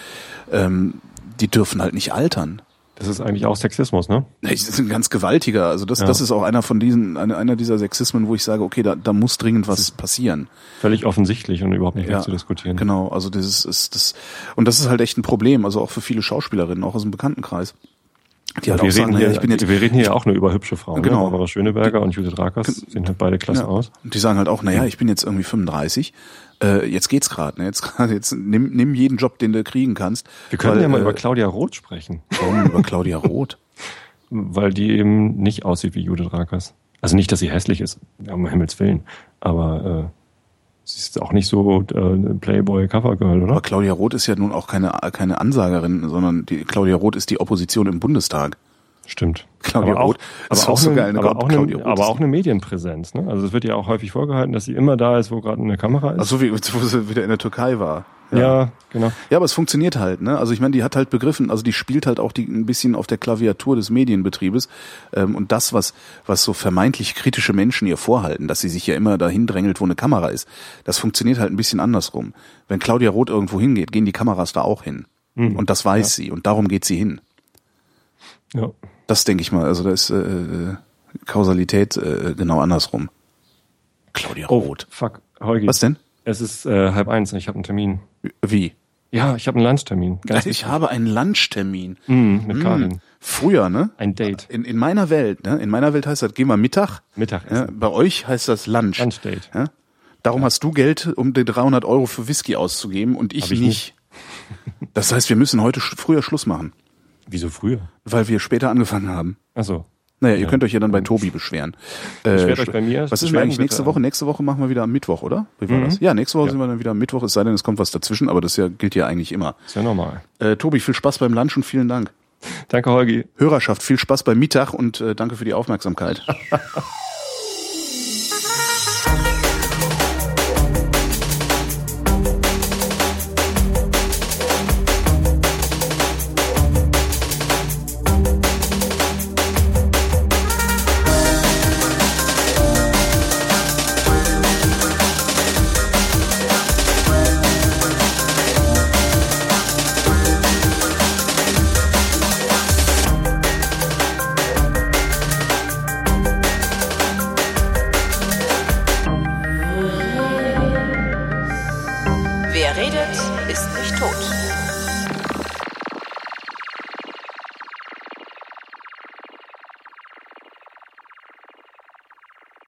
die dürfen halt nicht altern. Das ist eigentlich auch Sexismus, ne? Das ist ein ganz gewaltiger. Also das ist auch einer dieser Sexismen, wo ich sage, okay, da muss dringend was passieren. Völlig offensichtlich und überhaupt nicht wegzudiskutieren. Genau, also das ist halt echt ein Problem, also auch für viele Schauspielerinnen, auch aus dem Bekanntenkreis. Die halt wir auch sagen, wir reden hier auch nur über hübsche Frauen. Genau. Ne? Barbara Schöneberger und Judith Rakers sehen halt beide klasse aus. Und die sagen halt auch, ich bin jetzt irgendwie 35, jetzt geht's gerade, ne? Jetzt nimm jeden Job, den du kriegen kannst. Wir können ja mal über Claudia Roth sprechen. Warum über Claudia Roth? Weil die eben nicht aussieht wie Judith Rakers. Also nicht, dass sie hässlich ist, um Himmels Willen, aber sie ist auch nicht so Playboy-Covergirl, oder? Aber Claudia Roth ist ja nun auch keine Ansagerin, sondern Claudia Roth ist die Opposition im Bundestag. Stimmt. Claudia Roth ist auch so geil. Aber auch eine Medienpräsenz. Ne? Also es wird ja auch häufig vorgehalten, dass sie immer da ist, wo gerade eine Kamera ist. Ach so, wo sie wieder in der Türkei war. Ja, genau. Ja, aber es funktioniert halt, ne? Also ich meine, die hat halt begriffen, also die spielt halt auch ein bisschen auf der Klaviatur des Medienbetriebes. Und das, was so vermeintlich kritische Menschen ihr vorhalten, dass sie sich ja immer dahin drängelt, wo eine Kamera ist, das funktioniert halt ein bisschen andersrum. Wenn Claudia Roth irgendwo hingeht, gehen die Kameras da auch hin. Mhm. Und das weiß sie. Und darum geht sie hin. Ja. Das denke ich mal. Also da ist Kausalität genau andersrum. Claudia Roth. Fuck, Holgi. Was denn? Es ist 12:30, ich habe einen Termin. Wie? Ja, ich habe einen Lunchtermin. Ich habe einen Lunchtermin. Mit Karin. Früher, ne? Ein Date. In meiner Welt, ne? In meiner Welt heißt das, gehen wir Mittagessen. Ja, bei euch heißt das Lunch. Lunchdate. Ja? Darum hast du Geld, um die 300 € für Whisky auszugeben und ich nicht. Das heißt, wir müssen heute früher Schluss machen. Wieso früher? Weil wir später angefangen haben. Ach so. Naja, ihr könnt euch ja dann bei Tobi beschweren. Beschwert euch bei mir. Was ist denn eigentlich nächste Woche? Nächste Woche machen wir wieder am Mittwoch, oder? Wie war das? Ja, nächste Woche sind wir dann wieder am Mittwoch, es sei denn, es kommt was dazwischen, aber das gilt ja eigentlich immer. Ist ja normal. Tobi, viel Spaß beim Lunch und vielen Dank. Danke, Holgi. Hörerschaft, viel Spaß beim Mittag und danke für die Aufmerksamkeit.